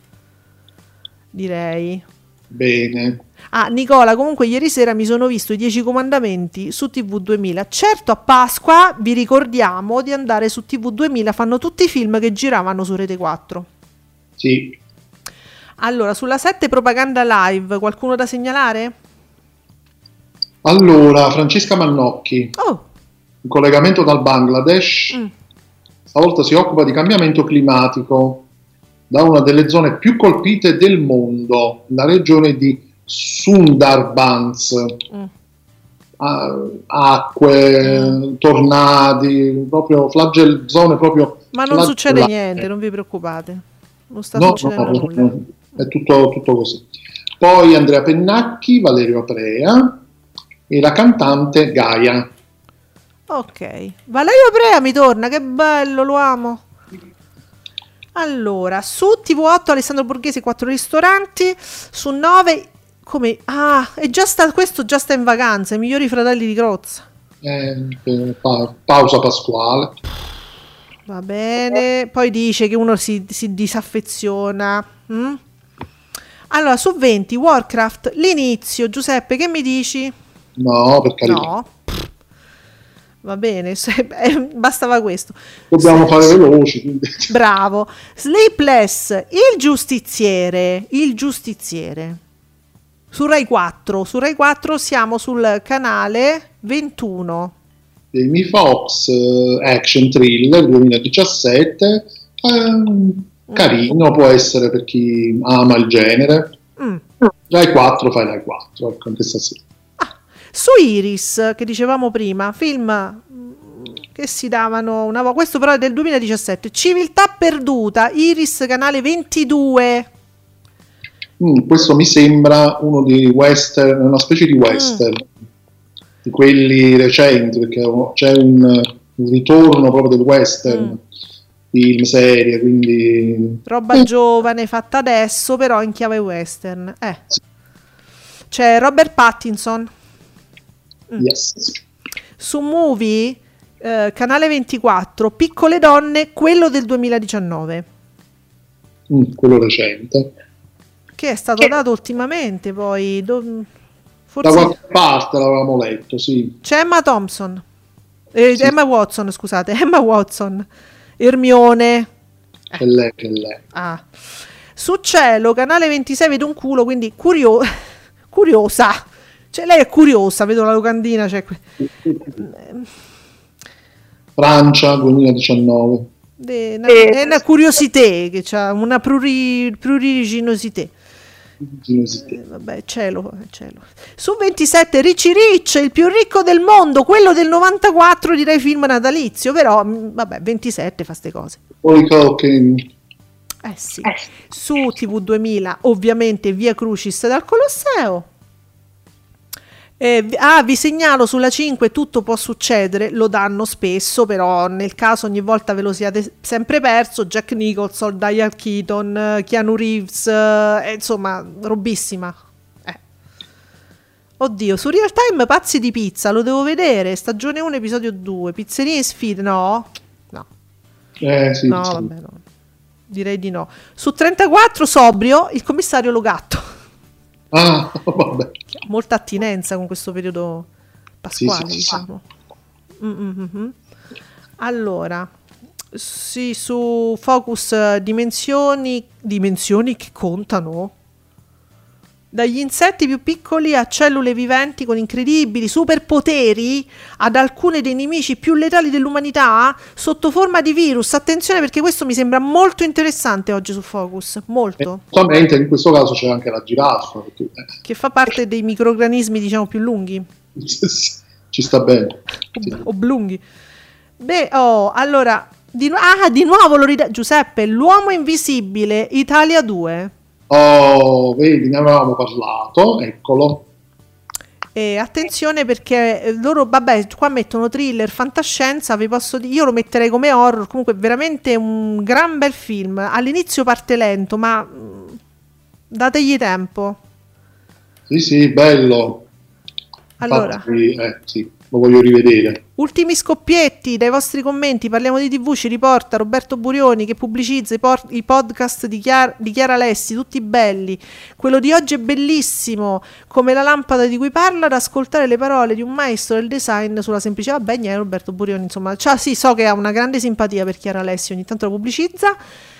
Direi. Bene. Nicola, comunque ieri sera mi sono visto i 10 comandamenti su TV 2000. Certo, a Pasqua vi ricordiamo di andare su TV 2000, fanno tutti i film che giravano su Rete 4. Sì. Allora, sulla 7 Propaganda Live, qualcuno da segnalare? Allora, Francesca Mannocchi, in collegamento dal Bangladesh, stavolta si occupa di cambiamento climatico da una delle zone più colpite del mondo, la regione di Sundarbans. Acque, tornadi, proprio zone proprio. Ma non succede niente, non vi preoccupate. Non sta succedendo nulla. È tutto così. Poi Andrea Pennacchi, Valerio Aprea e la cantante Gaia. Ok, Valerio Aprea mi torna, che bello, lo amo. Allora, su TV8 Alessandro Borghese, 4 ristoranti, su 9 come questo già sta in vacanza, I migliori fratelli di Crozza. Pausa pasquale. Va bene, poi dice che uno si disaffeziona. Allora, su 20 Warcraft, l'inizio. Giuseppe, che mi dici? No, per carità. No. Va bene, bastava questo. Dobbiamo fare veloci. Quindi. Bravo. Sleepless, il giustiziere. Su Rai 4. Su Rai 4 siamo sul canale 21. Jamie Foxx, action thriller 2017. Carino, può essere per chi ama il genere. Rai 4, fai Rai 4, ecco, anche stasera. Su Iris, che dicevamo prima, film che si davano una volta, questo però è del 2017, Civiltà perduta, Iris, canale 22. Questo mi sembra uno di western, una specie di western, di quelli recenti, perché c'è un il ritorno proprio del western, film, serie, quindi roba giovane fatta adesso, però in chiave western. Sì. C'è Robert Pattinson. Yes. Su Movie, canale 24, Piccole donne, quello del 2019. Quello recente. Che è stato dato ultimamente, poi forse Da qualche parte l'avevamo letto, sì. c'è Emma Thompson. Sì. Emma Watson, scusate, Emma Watson. Hermione. È lei. Ah. Su Cielo, canale 26, vedo un culo, quindi curiosa. Cioè lei è curiosa, vedo la locandina, cioè Francia 2019. è una curiosità che c'ha una pruriginosità. Vabbè, cielo. Su 27 Richie Rich, il più ricco del mondo, quello del 94, direi film natalizio, però vabbè, 27 fa ste cose. Poi Culkin. Sì. Su TV 2000 ovviamente Via Crucis dal Colosseo. Vi segnalo sulla 5 Tutto può succedere, lo danno spesso, però nel caso ogni volta ve lo siate sempre perso. Jack Nicholson, Diane Keaton, Keanu Reeves, insomma robissima. Oddio, su Real Time Pazzi di pizza, lo devo vedere, stagione 1 episodio 2, Pizzerie e sfide, no? Sì, no, vabbè, no. Direi di no. Su 34 Sobrio, il commissario Logatto. Vabbè. Molta attinenza con questo periodo pasquale, sì. diciamo. Allora, sì, su Focus dimensioni che contano. Dagli insetti più piccoli a cellule viventi con incredibili superpoteri, ad alcuni dei nemici più letali dell'umanità sotto forma di virus. Attenzione, perché questo mi sembra molto interessante oggi su Focus, molto. Esattamente, in questo caso c'è anche la giraffa. Perché, che fa parte dei microorganismi, diciamo, più lunghi. Ci sta bene. Sì. Oblunghi. Allora, di nuovo Giuseppe, L'uomo invisibile, Italia 2. Vedi, ne avevamo parlato, eccolo. Attenzione, perché loro, vabbè, qua mettono thriller, fantascienza, vi posso dire, io lo metterei come horror, comunque veramente un gran bel film. All'inizio parte lento, ma dategli tempo. Sì, bello. Allora, sì, lo voglio rivedere. Ultimi scoppietti dai vostri commenti. Parliamo di TV, ci riporta Roberto Burioni, che pubblicizza i podcast di Chiara Alessi, tutti belli. Quello di oggi è bellissimo, come la lampada di cui parla, ad ascoltare le parole di un maestro del design sulla semplicità. Beh, Roberto Burioni, insomma, sì, so che ha una grande simpatia per Chiara Alessi, ogni tanto la pubblicizza.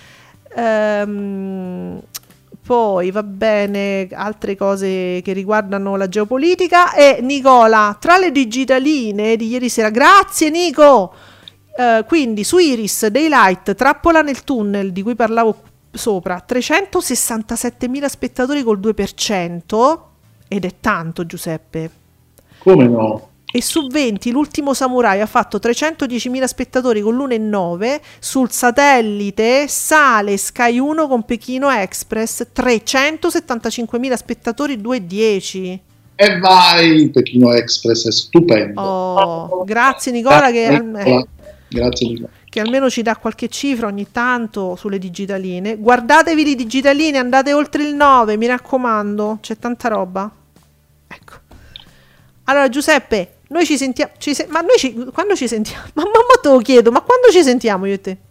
Poi va bene, altre cose che riguardano la geopolitica. E Nicola, tra le digitaline di ieri sera, grazie Nico, quindi su Iris, Daylight, Trappola nel tunnel, di cui parlavo sopra, 367.000 spettatori col 2%, ed è tanto, Giuseppe. Come no? E su 20 L'ultimo samurai ha fatto 310.000 spettatori con l'1,9. Sul satellite sale Sky 1 con Pechino Express, 375.000 spettatori, 2,10. E vai, Pechino Express è stupendo. Grazie Nicola, grazie Nicola, che almeno ci dà qualche cifra ogni tanto sulle digitaline. Guardatevi le digitaline, andate oltre il 9, mi raccomando, c'è tanta roba. Ecco. Allora Giuseppe, noi ci sentiamo, quando ci sentiamo? Ma te lo chiedo, ma quando ci sentiamo io e te?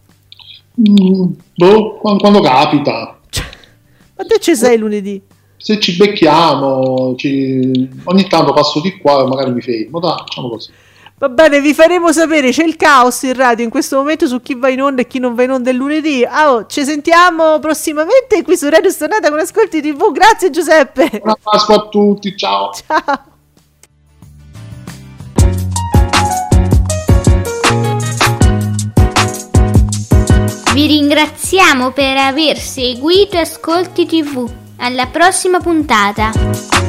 Quando capita. Ma te ci sei lunedì? Se ci becchiamo, ogni tanto passo di qua e magari mi fermo, dai, facciamo così. Va bene, vi faremo sapere, c'è il caos in radio in questo momento su chi va in onda e chi non va in onda il lunedì. Ci sentiamo prossimamente qui su Radio Stonata con Ascolti TV. Grazie Giuseppe. Buona Pasqua a tutti, ciao. Ciao. Vi ringraziamo per aver seguito Ascolti TV. Alla prossima puntata!